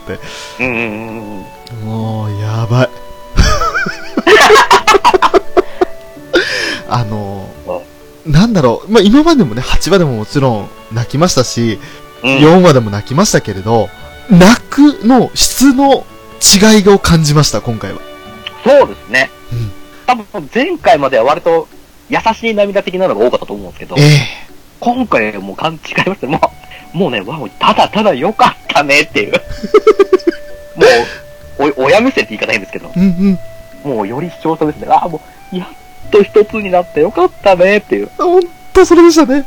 もう、やばい。なんだろう、まあ、今までもね、8話でももちろん泣きましたし、4話でも泣きましたけれど、泣くの質の違いを感じました、今回は。 そうですね。多分前回までは割と優しい涙的なのが多かったと思うんですけど、今回はもう違いましたね。もうね、ただただ良かったねっていう。もう、親目線って言い方変ですけど、もうより視聴者ですね。もう、やっと一つになって良かったねっていう。 ほんとそれでしたね。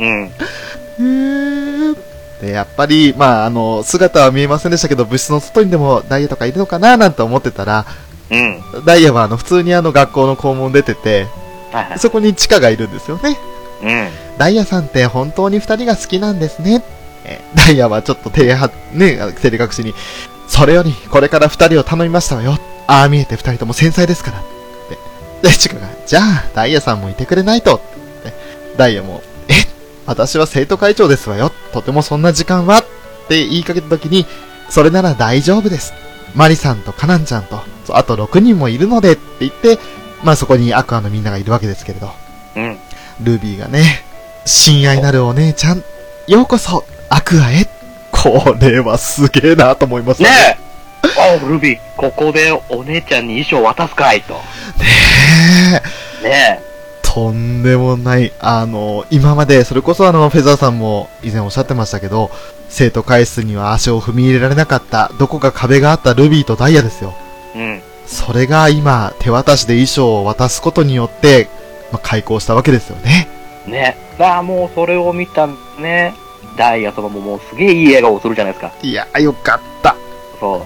で、やっぱり、まあ、姿は見えませんでしたけど、部室の外にでもダイヤとかいるのかななんて思ってたら、ダイヤは普通に学校の校門出てて、そこにチカがいるんですよね。ダイヤさんって本当に二人が好きなんですね。ダイヤはちょっと照れ隠しに、 それより、これから2人を頼みましたわよ。ああ見えて2人とも繊細ですから。って。で、チカが、じゃあ、ダイヤさんもいてくれないと。って。ダイヤも、私は生徒会長ですわよ。とてもそんな時間はって言いかけたときに、それなら大丈夫です。マリさんとカナンちゃんと、あと6人もいるのでって言って、まあそこにアクアのみんながいるわけですけれど。 うん。 ルビーがね、親愛なるお姉ちゃん、ようこそ、アクアへ。これはすげえなと思いますね。ねえ。ルビー、ここでお姉ちゃんに衣装渡すかいと。ねえ。 ねえ。 とんでもない。今まで、それこそフェザーさんも以前おっしゃってましたけど、生徒会室には足を踏み入れられなかった、どこか壁があったルビーとダイヤですよ。 うん。 それが今、手渡しで衣装を渡すことによって、開校したわけですよね。 ね。もうそれを見たね、ダイヤ様ももうすげえいい笑顔をするじゃないですか。 いや、よかった。 そう。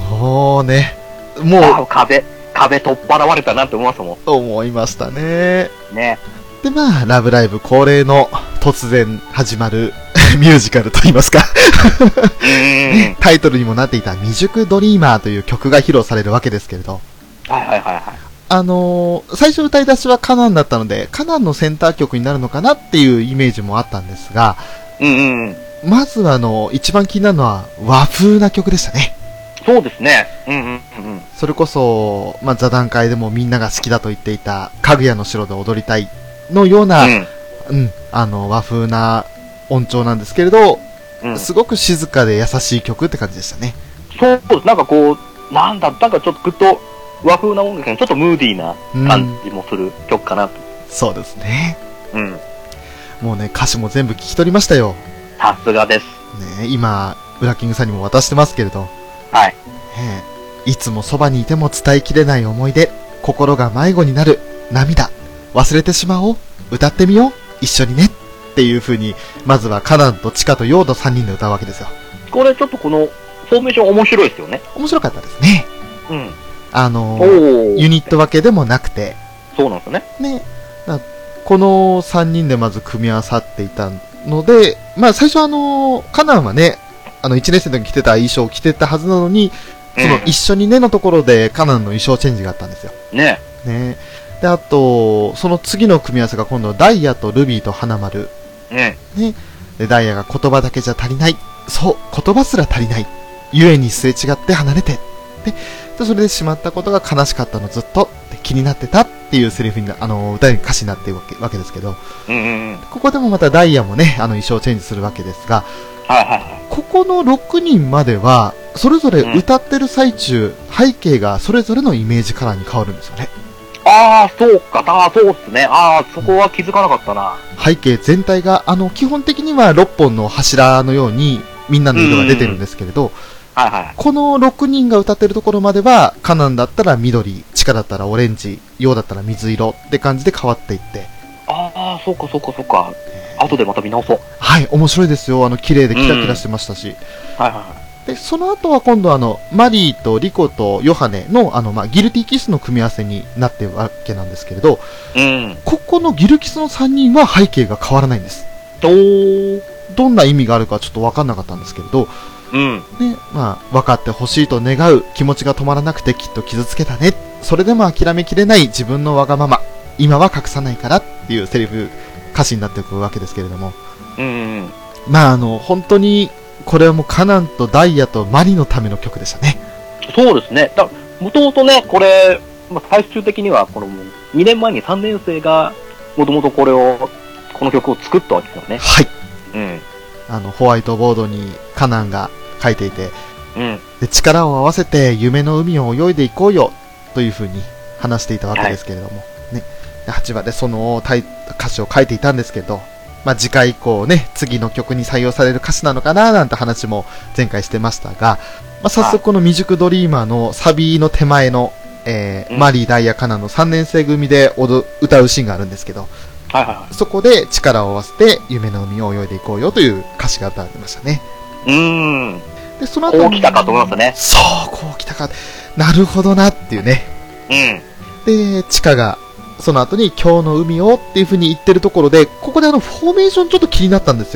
もうね、もう。 壁取っ払われたなって思いましたもん。 思いましたね。 ね。 で、ラブライブ恒例の突然始まるミュージカルと言いますかね、タイトルにもなっていた未熟ドリーマーという曲が披露されるわけですけれど。 はいはいはいはい。 最初歌い出しはカナンだったので、カナンのセンター曲になるのかなっていうイメージもあったんですが、まず一番気になるのは和風な曲でしたね。 そうですね。 それこそ、座談会でもみんなが好きだと言っていた、かぐやの城で踊りたいのような、和風な音調なんですけれど、すごく静かで優しい曲って感じでしたね。 そうです。なんかこう、なんかちょっとぐっと和風な音楽にちょっとムーディーな感じもする曲かなと。 そうですね。もうね、歌詞も全部聞き取りましたよ。 さすがです。 ね、今、ウラキングさんにも渡してますけれど。 はい。 いつもそばにいても伝えきれない思い出、心が迷子になる涙、忘れてしまおう、歌ってみよう、一緒にねっていう風に、まずはカナンとチカとヨード3人で歌うわけですよ。 これちょっとこのフォーメーション面白いですよね。 面白かったですね。 ユニット分けでもなくて、 そうなんですよね。 ね、この3人でまず組み合わさっていたので、最初カナンはね、1年生の時に着てた衣装を着てたはずなのに、その一緒にねのところでカナンの衣装チェンジがあったんですよ。 ね。 で、あと、その次の組み合わせが今度はダイヤとルビーと花丸。ね。で、ダイヤが言葉だけじゃ足りない。そう、言葉すら足りない。ゆえにすれ違って離れて。で、それでしまったことが悲しかったのずっとって気になってたっていうセリフに、歌に歌詞になっているわけですけど。ここでもまたダイヤもね、衣装チェンジするわけですが、ここの6人までは、それぞれ歌ってる最中、背景がそれぞれのイメージカラーに変わるんですよね。 そうか。そうっすね。そこは気づかなかったな。 背景全体が、基本的には6本の柱のように、みんなの色が出てるんですけれど、この6人が歌ってるところまでは、カナンだったら緑、チカだったらオレンジ、ヨウだったら水色って感じで変わっていって。 そうか。後でまた見直そう。 はい、面白いですよ。綺麗でキラキラしてましたし。で、その後は今度マリーとリコとヨハネのギルティキスの組み合わせになってるわけなんですけれど、ここのギルキスの3人は背景が変わらないんです。どんな意味があるかちょっと分かんなかったんですけれど、ね、分かってほしいと願う気持ちが止まらなくてきっと傷つけたね。それでも諦めきれない自分のわがまま。今は隠さないからっていうセリフ、歌詞になっていくわけですけれども。本当に、これはもうカナンとダイヤとマリのための曲でしたね。 そうですね。もともとね、これ、最終的には、この2年前に3年生が、もともとこの曲を作ったわけですよね。 はい。ホワイトボードにカナンが書いていて、で、力を合わせて夢の海を泳いでいこうよ、というふうに話していたわけですけれども、ね。8話でその歌詞を書いていたんですけど、次回以降ね、次の曲に採用される歌詞なのかななんて話も前回してましたが、早速この未熟ドリーマーのサビの手前の、マリー、ダイヤ、カナンの3年生組で歌うシーンがあるんですけど、そこで力を合わせて夢の海を泳いでいこうよという歌詞が歌われてましたね。で、その後こう来たかと思いますね。 そう、こう来たか。なるほどなっていうね。で、チカが、その後に今日の海をっていう風に言ってるところで、ここでフォーメーションちょっと気になったんですよ。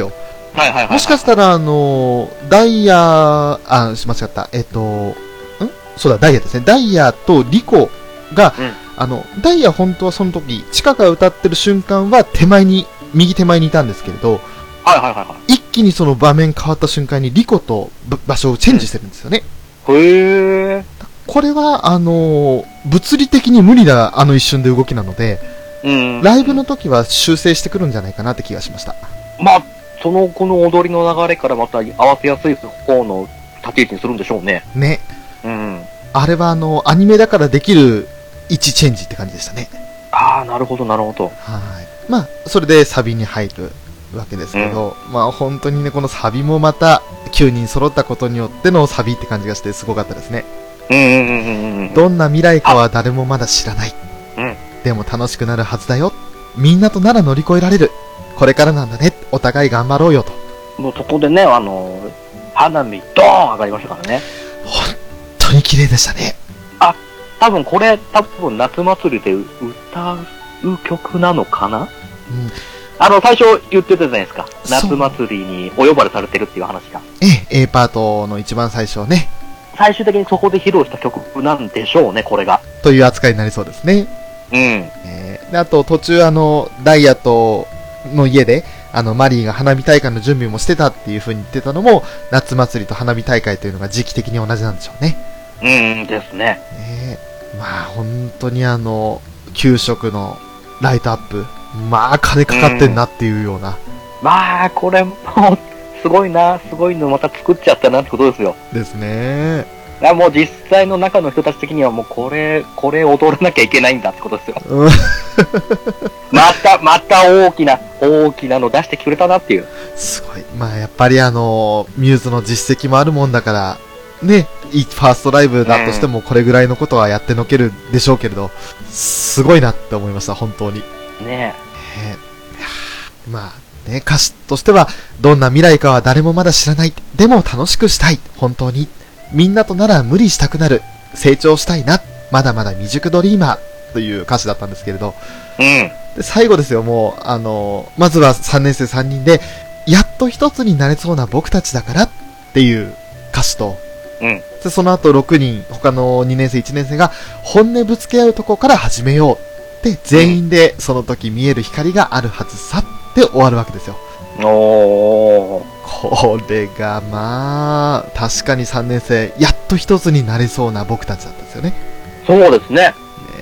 はいはいはい、はい。 もしかしたら、ダイヤ、間違った。そうだ、ダイヤですね。ダイヤとリコが、ダイヤ本当はその時、チカが歌ってる瞬間は右手前にいたんですけれど、 はいはいはいはい。 一気にその場面変わった瞬間にリコと場所をチェンジしてるんですよね。 へー。 これは、物理的に無理な一瞬で動きなので、ライブの時は修正してくるんじゃないかなって気がしました。 まあ、この踊りの流れからまた合わせやすい方の立ち位置にするんでしょうね。 ね。 うん。 あれはアニメだからできる位置チェンジって感じでしたね。 ああ、なるほどなるほど。 はい。まあ、それでサビに入るわけですけど、まあ本当にね、このサビもまた9人揃ったことによってのサビって感じがしてすごかったですね。どんな未来かは誰もまだ知らない。でも楽しくなるはずだよ。みんなとなら乗り越えられる。これからなんだね。お互い頑張ろうよと。 もうそこでね、花火ドーン上がりましたからね。 本当に綺麗でしたね。 多分夏祭りで歌う曲なのかな。最初言ってたじゃないですか。夏祭りにお呼ばれされてるっていう話が。 A パートの一番最初ね。 最終的にそこで披露した曲なんでしょうね、これが。 という扱いになりそうですね。で、あと途中ダイヤとの家で、マリーが花火大会の準備もしてたっていう風に言ってたのも、夏祭りと花火大会というのが時期的に同じなんでしょうね。 ですね。 まあ本当に給食のライトアップ、まあ金かかってんなっていうような。まあこれもすごいのまた作っちゃったなってことですよ。 ですね。 もう実際の中の人たち的にはもうこれ踊らなきゃいけないんだってことですよ。また大きなの出してくれたなっていう。 すごい。まあやっぱりミューズの実績もあるもんだから、ね、ファーストライブだとしてもこれぐらいのことはやってのけるでしょうけれど、すごいなって思いました、本当に。 ねえ。まあね、歌詞としては、どんな未来かは誰もまだ知らない。でも楽しくしたい。本当に。みんなとなら無理したくなる。成長したいな。まだまだ未熟ドリーマー。という歌詞だったんですけれど。で最後ですよ、もう、まずは3年生3人で、やっと一つになれそうな僕たちだからっていう歌詞と、でその後6人、他の2年生1年生が本音ぶつけ合うとこから始めよう。で、全員でその時見える光があるはずさって終わるわけですよ。これがまあ、確かに3年生、やっと一つになれそうな僕たちだったんですよね。 そうですね。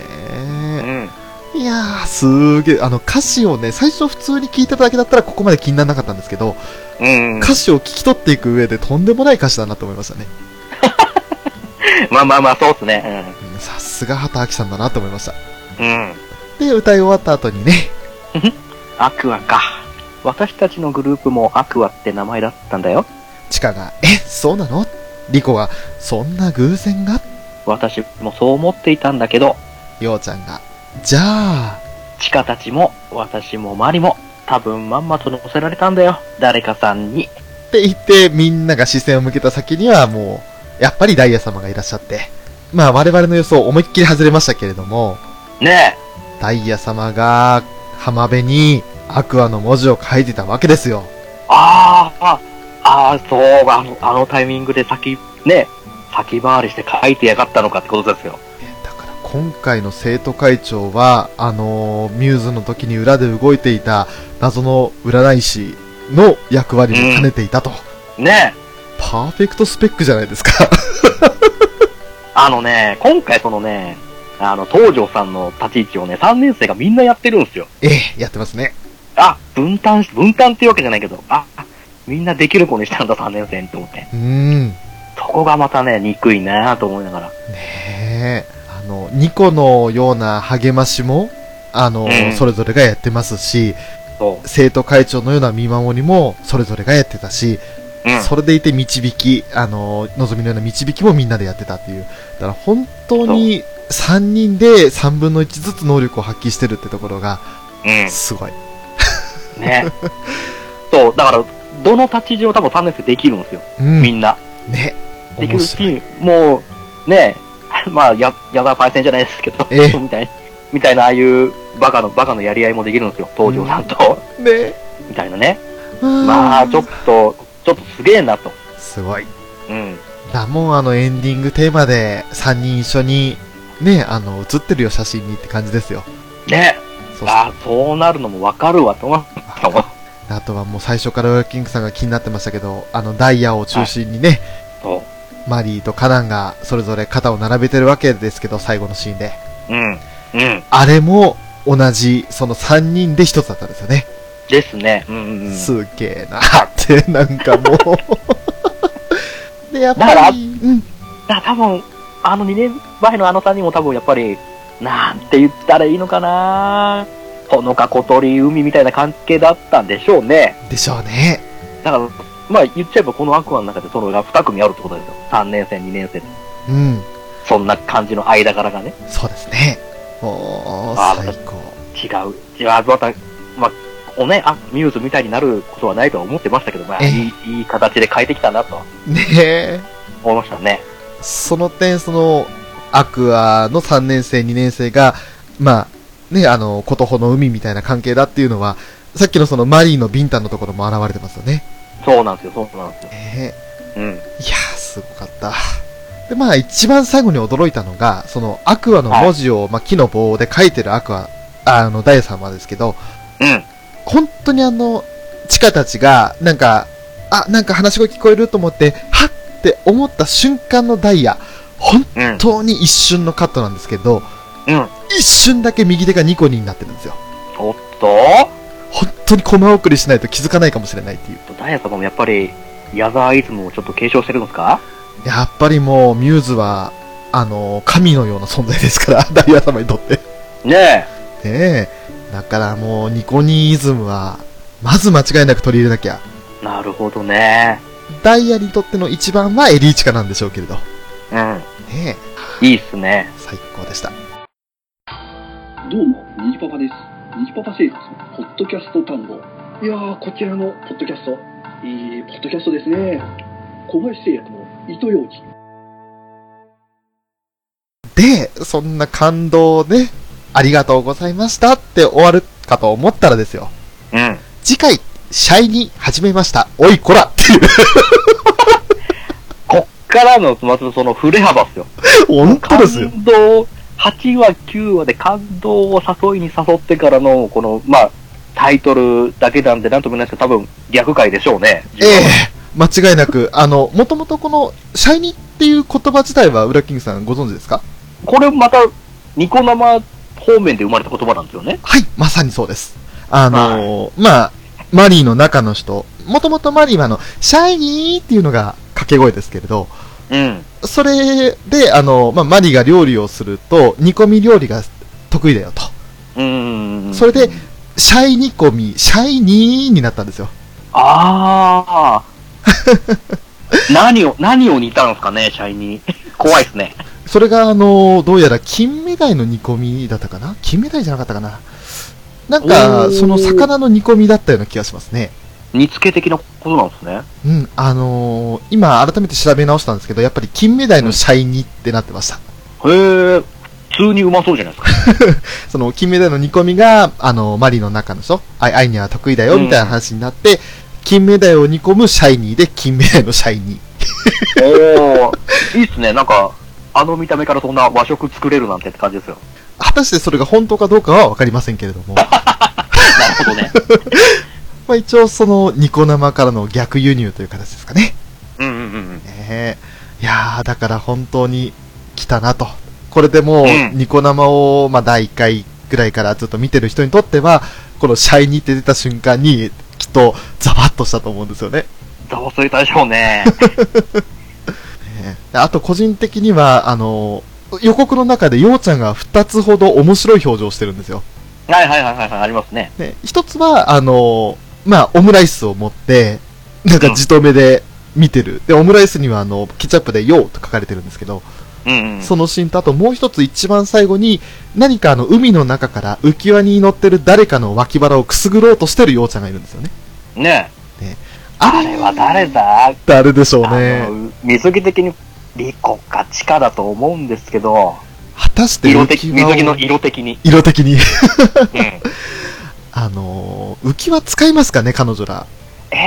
いやー、すーげー。歌詞をね、最初普通に聞いてただけだったらここまで気にならなかったんですけど、歌詞を聞き取っていく上でとんでもない歌詞だなと思いましたね。 まあ、そうっすね。 さすが畑明さんだなと思いました。で、歌い終わった後にね。 アクアか。私たちのグループもアクアって名前だったんだよ。 チカが、そうなの？リコが、そんな偶然が？ 私もそう思っていたんだけど。 ヨウちゃんが、じゃあ。 チカたちも、私もマリも、多分まんまと乗せられたんだよ。誰かさんに。 って言って、みんなが視線を向けた先にはもう、やっぱりダイヤ様がいらっしゃって。まあ我々の予想思いっきり外れましたけれども。 ねえ。ダイヤ様が、浜辺に、アクアの文字を書いてたわけですよ。 そう、あのタイミングで先回りして書いてやがったのかってことですよ。 だから今回の生徒会長は、ミューズの時に裏で動いていた謎の占い師の役割も兼ねていたと。 ねえ。 パーフェクトスペックじゃないですか。 今回東條さんの立ち位置をね、3年生がみんなやってるんですよ。 やってますね。 分担っていうわけじゃないけど、みんなできる子にしたんだ、3年生って思って。そこがまたね、憎いなと思いながら。 ねえ。ニコのような励ましも、それぞれがやってますし、生徒会長のような見守りも、それぞれがやってたし、それでいて導き、のぞみのような導きもみんなでやってたっていう。だから本当に3人で3分の1ずつ能力を発揮してるってところが、すごい。 ね。そう、だから、どの立ち位置も多分3年生できるんですよ。みんな。 ね。 できるし、もう、ね、まあ、矢沢パイセンじゃないですけど、みたいな、ああいうバカのやり合いもできるんですよ、東條さんと。 ね。 みたいなね。 まあ、ちょっとすげえなと。 すごい。 うん。 だもん、エンディングテーマで3人一緒に、ね、写ってるよ、写真にって感じですよ。 ね。そうなるのもわかるわと思ったもん。 あとはもう最初からウラキングさんが気になってましたけど、ダイヤを中心にね、マリーとカナンがそれぞれ肩を並べてるわけですけど、最後のシーンで。 うん。うん。 あれも同じ、その3人で一つだったんですよね。 ですね。 すげえなーって、なんかもう。で、やっぱり、 多分、2年前の3人も多分やっぱり、なんて言ったらいいのかな、ほのか小鳥海みたいな関係だったんでしょうね。 でしょうね。 だから、まあ言っちゃえばこのアクアの中でそのが2組あるってことですよ。3年生、2年生。 うん。 そんな感じの間柄がね。 そうですね。もう、最高。 違う。また、ミューズみたいになることはないとは思ってましたけど、まあ、いい形で変えてきたなと。 ねえ。 思いましたね。 その点、アクアの3年生、2年生が、まあ、ね、ことほの海みたいな関係だっていうのは、さっきのそのマリーのビンタのところも現れてますよね。 そうなんですよ。うん。 いやー、すごかった。で、まあ、一番最後に驚いたのが、その、アクアの文字を、まあ、木の棒で書いてるアクア、ダイヤ様ですけど、 うん。 本当にチカたちが、なんか話し声聞こえると思って、はっって思った瞬間のダイヤ、本当に一瞬のカットなんですけど、一瞬だけ右手がニコニになってるんですよ。 おっと本当にコマ送りしないと気づかないかもしれないっていう。 ダイヤ様もやっぱり、矢沢イズムをちょっと継承してるんですか？ やっぱりもう、ミューズは、神のような存在ですから、ダイヤ様にとって。 ねえ。だからもう、ニコニイズムは、まず間違いなく取り入れなきゃ。 なるほどね。 ダイヤにとっての一番はエリーチカなんでしょうけれど。ねえ。いいっすね。 最高でした。 どうも、ニジパパです。ニジパパ生活、ポッドキャスト探訪。いやー、こちらのポッドキャスト、いいポッドキャストですね。小林製薬の糸ようじ。 で、そんな感動ね、ありがとうございましたって終わるかと思ったらですよ。次回、シャイに始めました。おいこらっていう。 こっからの、まずその振れ幅っすよ。 本当ですよ。 感動、8話、9話で感動を誘いに誘ってからの、この、まあ、タイトルだけなんでなんとも言いないですけど、多分逆回でしょうね。 間違いなく、もともとこの、シャイニっていう言葉自体は、ウラキングさんご存知ですか？ これまた、ニコ生方面で生まれた言葉なんですよね。 はい、まさにそうです。まあ、マリーの中の人、もともとマリーはシャイニーっていうのが掛け声ですけれど、それで、マリーが料理をすると、煮込み料理が得意だよと。それで、シャイ煮込み、シャイニーになったんですよ。 ああ。何を煮たんですかね、シャイニー。怖いですね。 それが、どうやら金目鯛の煮込みだったかな？金目鯛じゃなかったかな？なんか、その魚の煮込みだったような気がしますね。 煮付け的なことなんですね。 今改めて調べ直したんですけど、やっぱり金目鯛のシャイニってなってました。 へえ、普通にうまそうじゃないですか。 その金目鯛の煮込みが、マリーの中の人、アイには得意だよ、みたいな話になって、金目鯛を煮込むシャイニーで金目鯛のシャイニー。おー、いいっすね。なんか、見た目からそんな和食作れるなんてって感じですよ。 果たしてそれが本当かどうかはわかりませんけれども。 なるほどね。 まあ一応そのニコ生からの逆輸入という形ですかね。いやー、だから本当に来たなと。これでもう、ニコ生を、まあ第1回ぐらいからずっと見てる人にとっては、このシャイニーって出た瞬間に、きっとザバッとしたと思うんですよね。 ざわついたでしょうね。 あと個人的には、予告の中でようちゃんが2つほど面白い表情をしてるんですよ。 はい、ありますね。 一つは、まあ、オムライスを持って、なんかじとめで見てる。で、オムライスにはケチャップでようと書かれてるんですけど、そのシーンと、あともう一つ一番最後に、何か海の中から浮き輪に乗ってる誰かの脇腹をくすぐろうとしてるようちゃんがいるんですよね。 ね。あれは誰だ？ 誰でしょうね。 水着的にリコかチカだと思うんですけど、 果たして水着の色的に。 浮き輪使いますかね、彼女ら。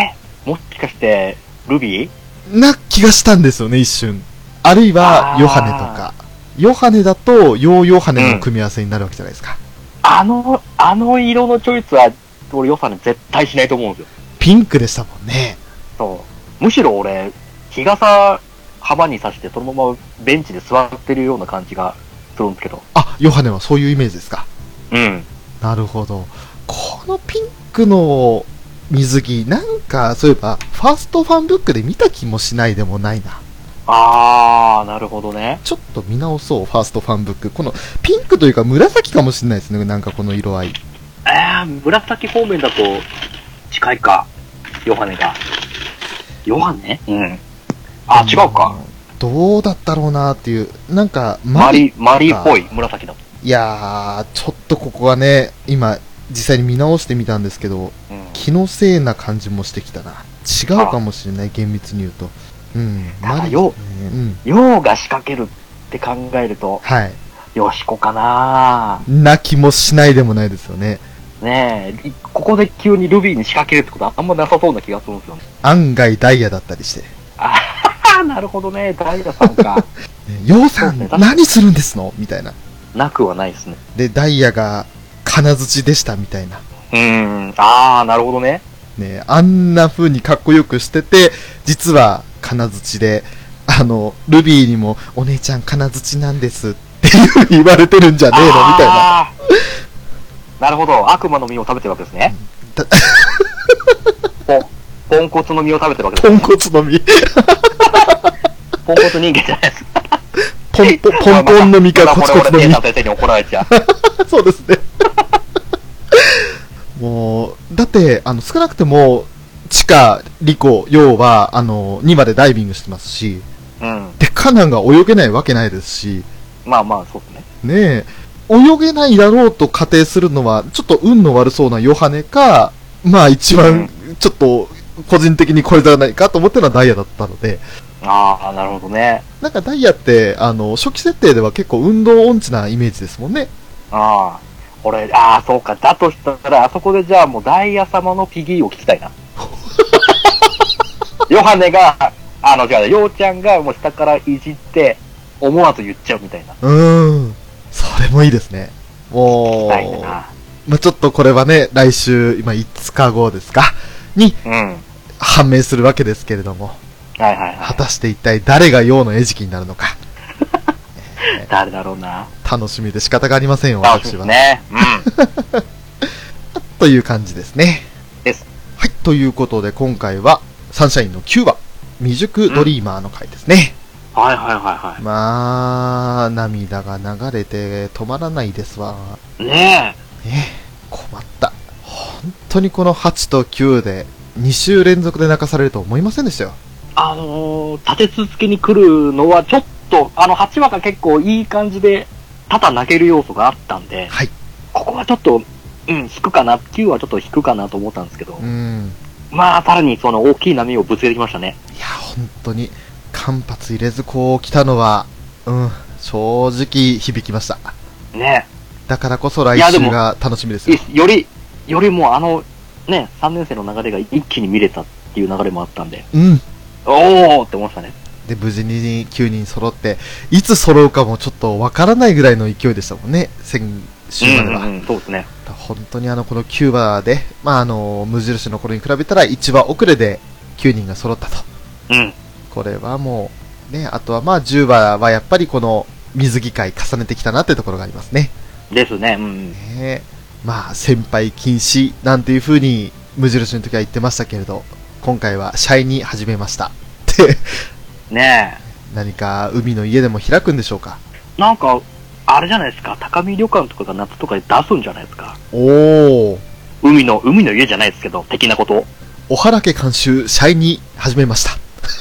もしかして、ルビーな気がしたんですよね、一瞬。あるいは、ヨハネとか。ヨハネだと、ヨハネの組み合わせになるわけじゃないですか。 あの色のチョイスは、俺ヨハネ絶対しないと思うんですよ。 ピンクでしたもんね。 そう。むしろ俺、日傘幅に差してそのままベンチで座ってるような感じがするんですけど。 あ、ヨハネはそういうイメージですか。 うん。 なるほど。このピンクの水着、なんか、そういえば、ファーストファンブックで見た気もしないでもないな。 なるほどね。 ちょっと見直そう、ファーストファンブック。この、ピンクというか紫かもしれないですね、なんかこの色合い。 紫方面だと、近いか。ヨハネが。ヨハネ？うん。違うか。 どうだったろうなっていう、なんか、 マリーっぽい、紫だと。 いやー、ちょっとここはね、今、実際に見直してみたんですけど、気のせいな感じもしてきたな。違うかもしれない、厳密に言うと。うん。 ヨウが仕掛けるって考えると、 はい。 ヨシコかな気もしないでもないですよね。 ねえ、ここで急にルビーに仕掛けるってことはあんまなさそうな気がするんですよね。 案外ダイヤだったりして。 なるほどね、ダイヤさんか。 ヨウさん、何するんですのみたいな。 なくはないですね。 で、ダイヤが金槌でしたみたいな。 なるほどね。 ね、あんな風にかっこよくしてて、実は金槌で、ルビーにも、お姉ちゃん金槌なんですっていう風に言われてるんじゃねえのみたいな。 なるほど、悪魔の実を食べてるわけですね。ポンコツの実を食べてるわけですね。 ポンコツの実。 ポンコツ人間じゃないです。 ポンポンの実かコツコツの実。 先生に怒られちゃう。そうですね。もう、だって、少なくても、地下、リコ、ヨウは、2までダイビングしてますし、で、カナンが泳げないわけないですし、 まあまあ、そうですね。 ねえ、泳げないだろうと仮定するのは、ちょっと運の悪そうなヨハネか、まあ一番、ちょっと、個人的にこれじゃないかと思ってるのはダイヤだったので。 なるほどね。 なんかダイヤって、初期設定では結構運動音痴なイメージですもんね。 俺、そうか。だとしたら、あそこでじゃあもうダイヤ様のピギーを聞きたいな。ヨハネが、ヨウちゃんがもう下からいじって、思わず言っちゃうみたいな。 それもいいですね。もう、 聞きたいな。 まあ、ちょっとこれはね、来週、今5日後ですかに、判明するわけですけれども。果たして一体誰がヨウの餌食になるのか。 誰だろうな。 楽しみで仕方がありませんよ、私は。 ね。 という感じですね。 です。 はい、ということで今回は、サンシャインの9話、未熟ドリーマーの回ですね。まあ、涙が流れて止まらないですわ。 ねえ。困った。本当にこの8と9で、2週連続で泣かされると思いませんでしたよ。 立て続けに来るのはちょっと、8話が結構いい感じで、ただ泣ける要素があったんで、ここはちょっと、引くかな、9はちょっと引くかなと思ったんですけど、まあ、さらにその大きい波をぶつけてきましたね。 いや、本当に、間髪入れずこう来たのは、正直響きました。 ね。 だからこそ来週が楽しみですよ。 よりも3年生の流れが一気に見れたっていう流れもあったんで、おーって思いましたね。 で、無事に9人揃って、いつ揃うかもちょっとわからないぐらいの勢いでしたもんね、先週までは。 そうですね。 本当にこの9話で、無印の頃に比べたら1話遅れで9人が揃ったと。これはもう、ね、あとは10話はやっぱりこの水着会重ねてきたなってところがありますね。 ですね。 先輩禁止なんていう風に無印の時は言ってましたけれど、今回はシャイに始めましたってねえ、 何か海の家でも開くんでしょうか。 なんかあれじゃないですか、高見旅館とかが夏とかで出すんじゃないですか。海の家じゃないですけど的なこと。 おはらけ監修シャイに始めました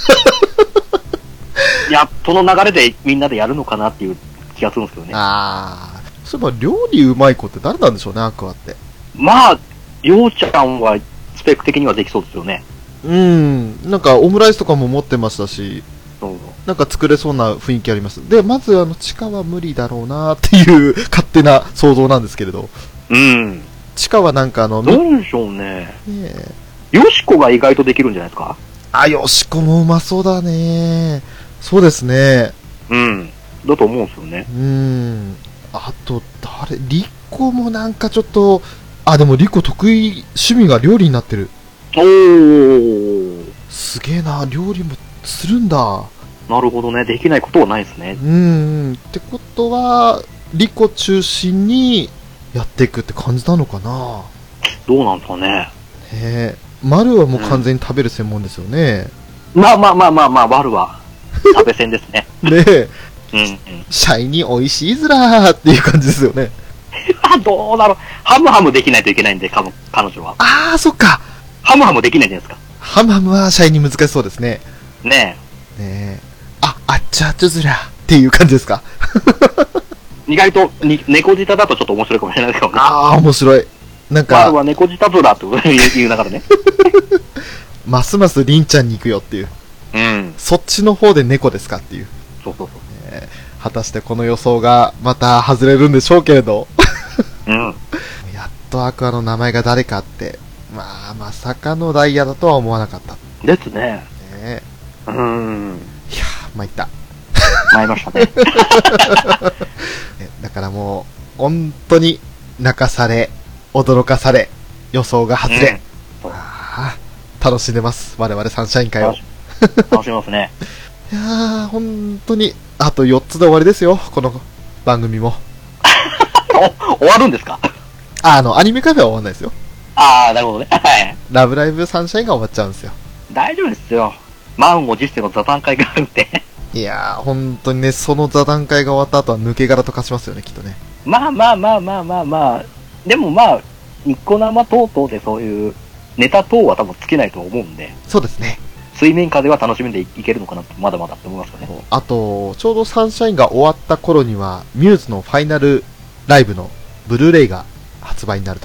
いや、その流れでみんなでやるのかなっていう気がするんですけどね。 そういえば料理うまい子って誰なんでしょうね、アクアって。 まあ、ようちゃんはスペック的にはできそうですよね。 なんかオムライスとかも持ってましたし、なんか作れそうな雰囲気あります。で、まず地下は無理だろうなっていう勝手な想像なんですけれど。地下はなんかどうでしょうね。 ヨシコが意外とできるんじゃないですか。 あ、ヨシコもうまそうだね。そうですね。 うん。だと思うんですよね。 あと、リコもなんかちょっと、あ、でもリコ得意、趣味が料理になってる。 おー。 すげえな、料理もするんだ。 なるほどね。できないことはないですね。 ってことは、リコ中心にやっていくって感じなのかな。 どうなんですかね。 マルはもう完全に食べる専門ですよね。 まあ、ワルは食べ専ですね。 ねえ。シャイに美味しいずらーっていう感じですよね。 どうだろう。ハムできないといけないんで、彼女は。 あー、そっか。 ハムできないじゃないですか。 ハムはシャイに難しそうですね。 ねえ。あっちゃずらっていう感じですか。 意外と猫舌だとちょっと面白いかもしれないですけどね。 あー、面白い。なんか。 ワルは猫舌ずらって言うながらね。 ますますリンちゃんに行くよっていう。そっちの方で猫ですかっていう。 そう。 果たしてこの予想がまた外れるんでしょうけれど。やっとアクアの名前が誰かって。まさかのダイヤだとは思わなかった。 ですね。 いやー、参った。 参りましたね。 だからもう、本当に泣かされ、驚かされ、予想が外れ。楽しんでます。我々サンシャイン会を。 楽しみますね。 いやー、本当に、あと4つで終わりですよ、この番組も。 終わるんですか？ アニメカフェは終わんないですよ。 なるほどね。はい。 ラブライブサンシャインが終わっちゃうんですよ。 大丈夫ですよ。満を持しての座談会があるんで。 いやー、本当にね、その座談会が終わった後は抜け殻と化しますよね、きっとね。 まあ。でもニッコ生等々でそういうネタ等は多分尽きないと思うんで。 そうですね。 水面下では楽しんでいけるのかなと、まだまだって思いますよね。 あと、ちょうどサンシャインが終わった頃には、ミューズのファイナルライブのブルーレイが発売になると。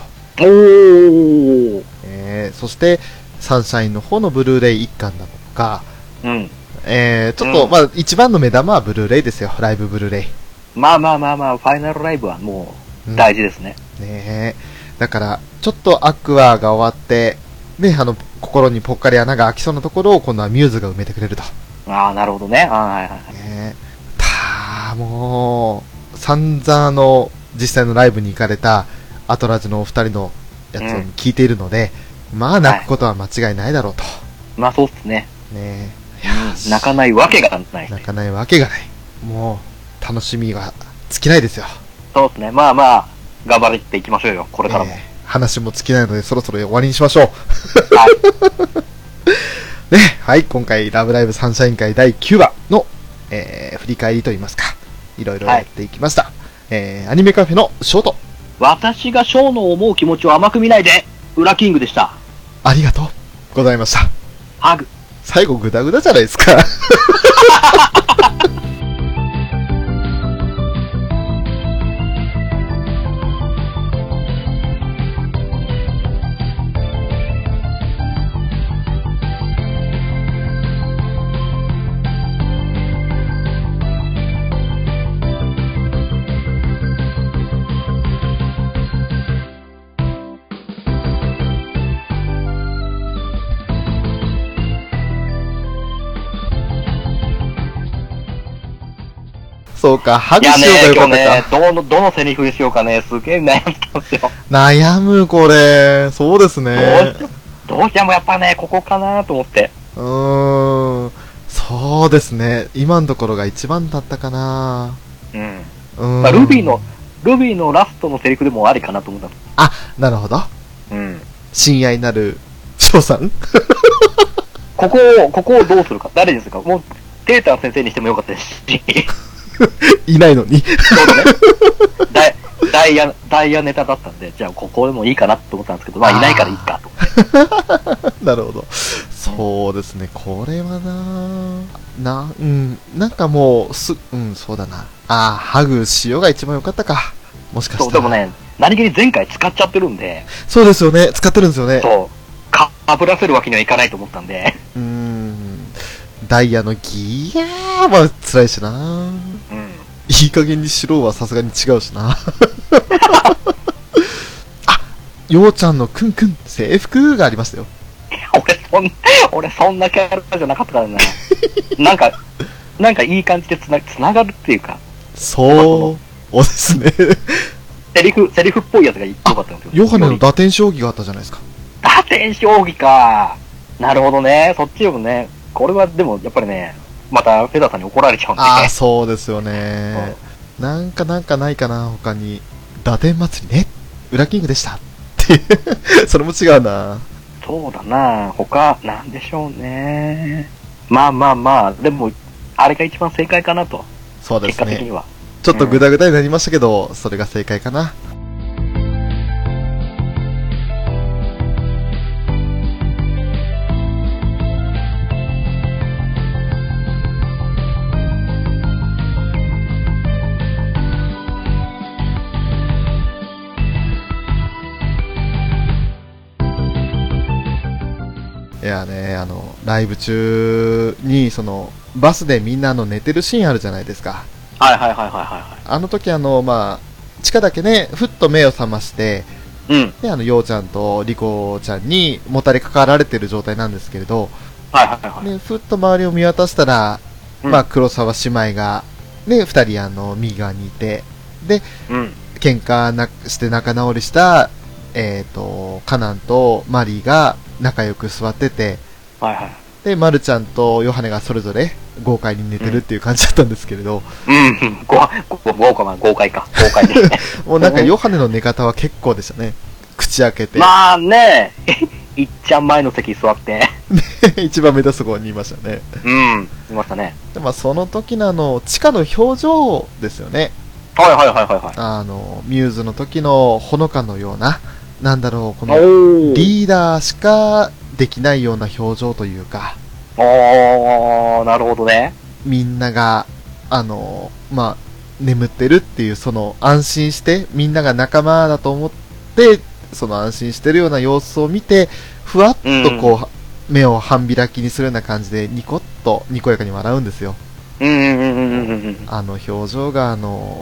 そして、サンシャインの方のブルーレイ一巻だとか、ちょっと、一番の目玉はブルーレイですよ、ライブブルーレイ。 まあ、ファイナルライブはもう、大事ですね。 だから、ちょっとアクアが終わって、ね、心にぽっかり穴が開きそうなところを今度はミューズが埋めてくれると。 なるほどね。 もう、散々実際のライブに行かれたアトラジのお二人のやつを聞いているので、泣くことは間違いないだろうと。 そうっすね。泣かないわけがない。 泣かないわけがない。もう、楽しみが尽きないですよ。 そうっすね。頑張っていきましょうよ、これからも。 話も尽きないので、そろそろ終わりにしましょう。はい、今回、ラブライブサンシャイン会第9話の、振り返りといいますか、いろいろやっていきました。アニメカフェのショート。 私がショーの思う気持ちを甘く見ないで、ウラキングでした。 ありがとうございました。 ハグ。 最後グダグダじゃないですか。そうか、ハグしようがよかったか。 どのセリフにしようかね、すげえ悩んだんですよ。 悩む、これ。そうですね。 どうしてもやっぱね、ここかなと思って。 そうですね。今のところが一番だったかな。 ルビーのラストのセリフでもありかなと思った。 なるほど。親愛なる翔さんここをどうするか。誰にするか。もう、テーター先生にしてもよかったですし。 いないのに。 そうね。ダイヤネタだったんで、じゃあここでもいいかなと思ったんですけど、いないからいいかと。 なるほど。そうですね、これはなんかもう、そうだな。ハグしようが一番良かったか。もしかしたら。 そう、でもね、何気に前回使っちゃってるんで。 そうですよね、使ってるんですよね。 そう。かぶらせるわけにはいかないと思ったんで。 ダイヤのギヤーは辛いしな。いい加減にしろはさすがに違うしな。ようちゃんのクンクン制服がありましたよ。 俺そんなキャラじゃなかったからな。なんかいい感じでつながるっていうか。 そうですね。 セリフっぽいやつが良かったんですよ。 ヨハネの打点将棋があったじゃないですか。 打点将棋か。なるほどね。そっちよね。これはでもやっぱりね、またフェザーさんに怒られちゃうんで。 ああ、そうですよね。なんかないかな、他に。打点祭りね。裏キングでした。っていう。それも違うな。 そうだな。他、なんでしょうね。まあ、でも、あれが一番正解かなと。 そうですね。 結果的には。 ちょっとグダグダになりましたけど、それが正解かな。いやね、ライブ中に、バスでみんな寝てるシーンあるじゃないですか。 はい。 あの時地下だけね、ふっと目を覚まして、 うん。 で、ようちゃんとリコちゃんにもたれかかられてる状態なんですけれど、で、ふっと周りを見渡したら、黒沢姉妹が、ね、二人右側にいて、で、喧嘩して仲直りした、カナンとマリーが仲良く座ってて、で、マルちゃんとヨハネがそれぞれ豪快に寝てるっていう感じだったんですけれど。 豪快で。 もうなんかヨハネの寝方は結構でしたね。口開けて。 まあね、いっちゃん前の席座って。 一番目立つところにいましたね。 いましたね。 で、その時の地下の表情ですよね。 ミューズの時のほのかのような、このリーダーしかできないような表情というか。 なるほどね。 みんなが、眠ってるっていう、安心して、みんなが仲間だと思って、安心してるような様子を見て、ふわっと目を半開きにするような感じで、ニコッと、にこやかに笑うんですよ。表情が、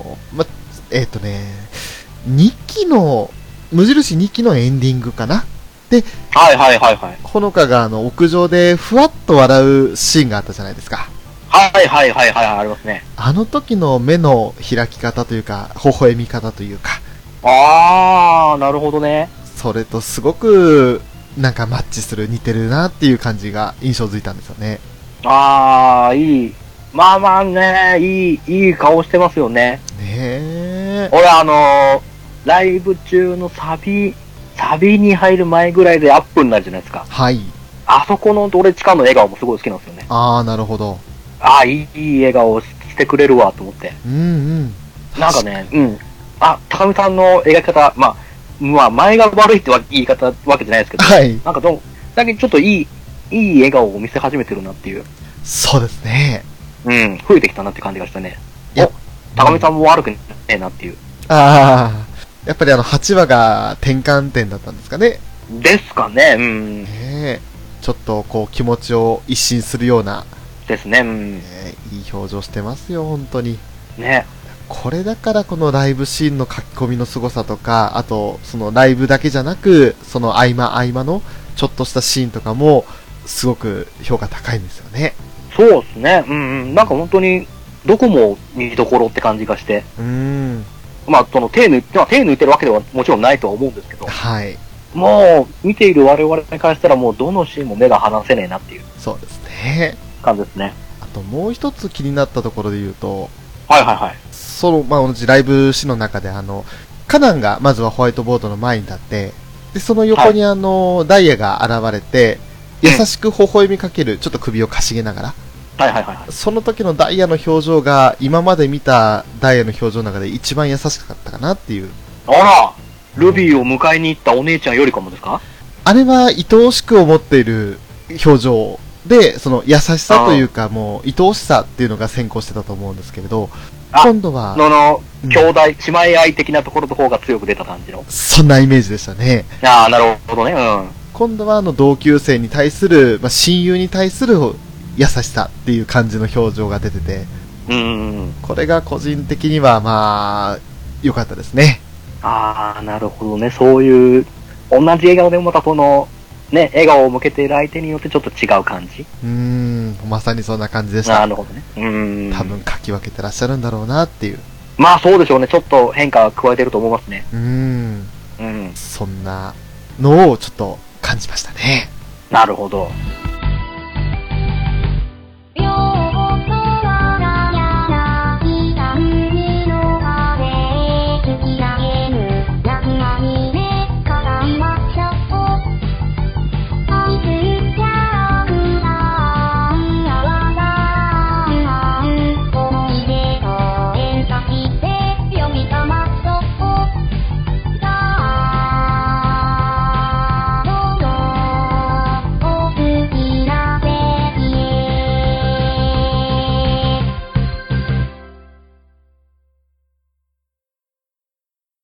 無印2期のエンディングかな。で、ほのかが屋上でふわっと笑うシーンがあったじゃないですか。 ありますね。 あの時の目の開き方というか、微笑み方というか。 なるほどね。 それとすごく、マッチする、似てるなっていう感じが印象づいたんですよね。 いい。いい顔してますよね。俺ライブ中のサビに入る前ぐらいでアップになるじゃないですか。あそこの俺地下の笑顔もすごい好きなんですよね。 なるほど。 いい笑顔してくれるわと思って。高見さんの描き方、前が悪いって言い方わけじゃないですけど、だけどちょっといい笑顔を見せ始めてるなっていう。 そうですね。 増えてきたなって感じがしたね。高見さんも悪くねえなっていう。 やっぱり8話が転換点だったんですかね。 ですかね。 ちょっと気持ちを一新するような。 ですね。 いい表情してますよ、本当に。 ね。 これだからこのライブシーンの書き込みの凄さとか、あと、ライブだけじゃなく、合間のちょっとしたシーンとかも、すごく評価高いんですよね。 そうですね。本当に、どこも見どころって感じがして。手抜いてるわけではもちろんないとは思うんですけど。もう、見ている我々に関したらもうどのシーンも目が離せねえなっていう。 そうですね。 感じですね。 あともう一つ気になったところで言うと、同じライブ誌の中でカナンがまずはホワイトボードの前に立って、で、その横にダイヤが現れて、優しく微笑みかける、ちょっと首をかしげながら。その時のダイヤの表情が、今まで見たダイヤの表情の中で一番優しかったかなっていう。 ルビーを迎えに行ったお姉ちゃんよりかもですか？ あれは愛おしく思っている表情で、優しさというか、もう愛おしさっていうのが先行してたと思うんですけれど、今度は、 兄弟、姉妹愛的なところの方が強く出た感じの。 そんなイメージでしたね。 なるほどね。 今度は同級生に対する、親友に対する優しさっていう感じの表情が出てて、これが個人的には良かったですね。 なるほどね。そういう、同じ笑顔でもまたね、笑顔を向けている相手によってちょっと違う感じ。 まさにそんな感じでした。 なるほどね。 多分書き分けてらっしゃるんだろうなっていう。 まあそうでしょうね。ちょっと変化加えてると思いますね。 そんなのをちょっと感じましたね。 なるほど。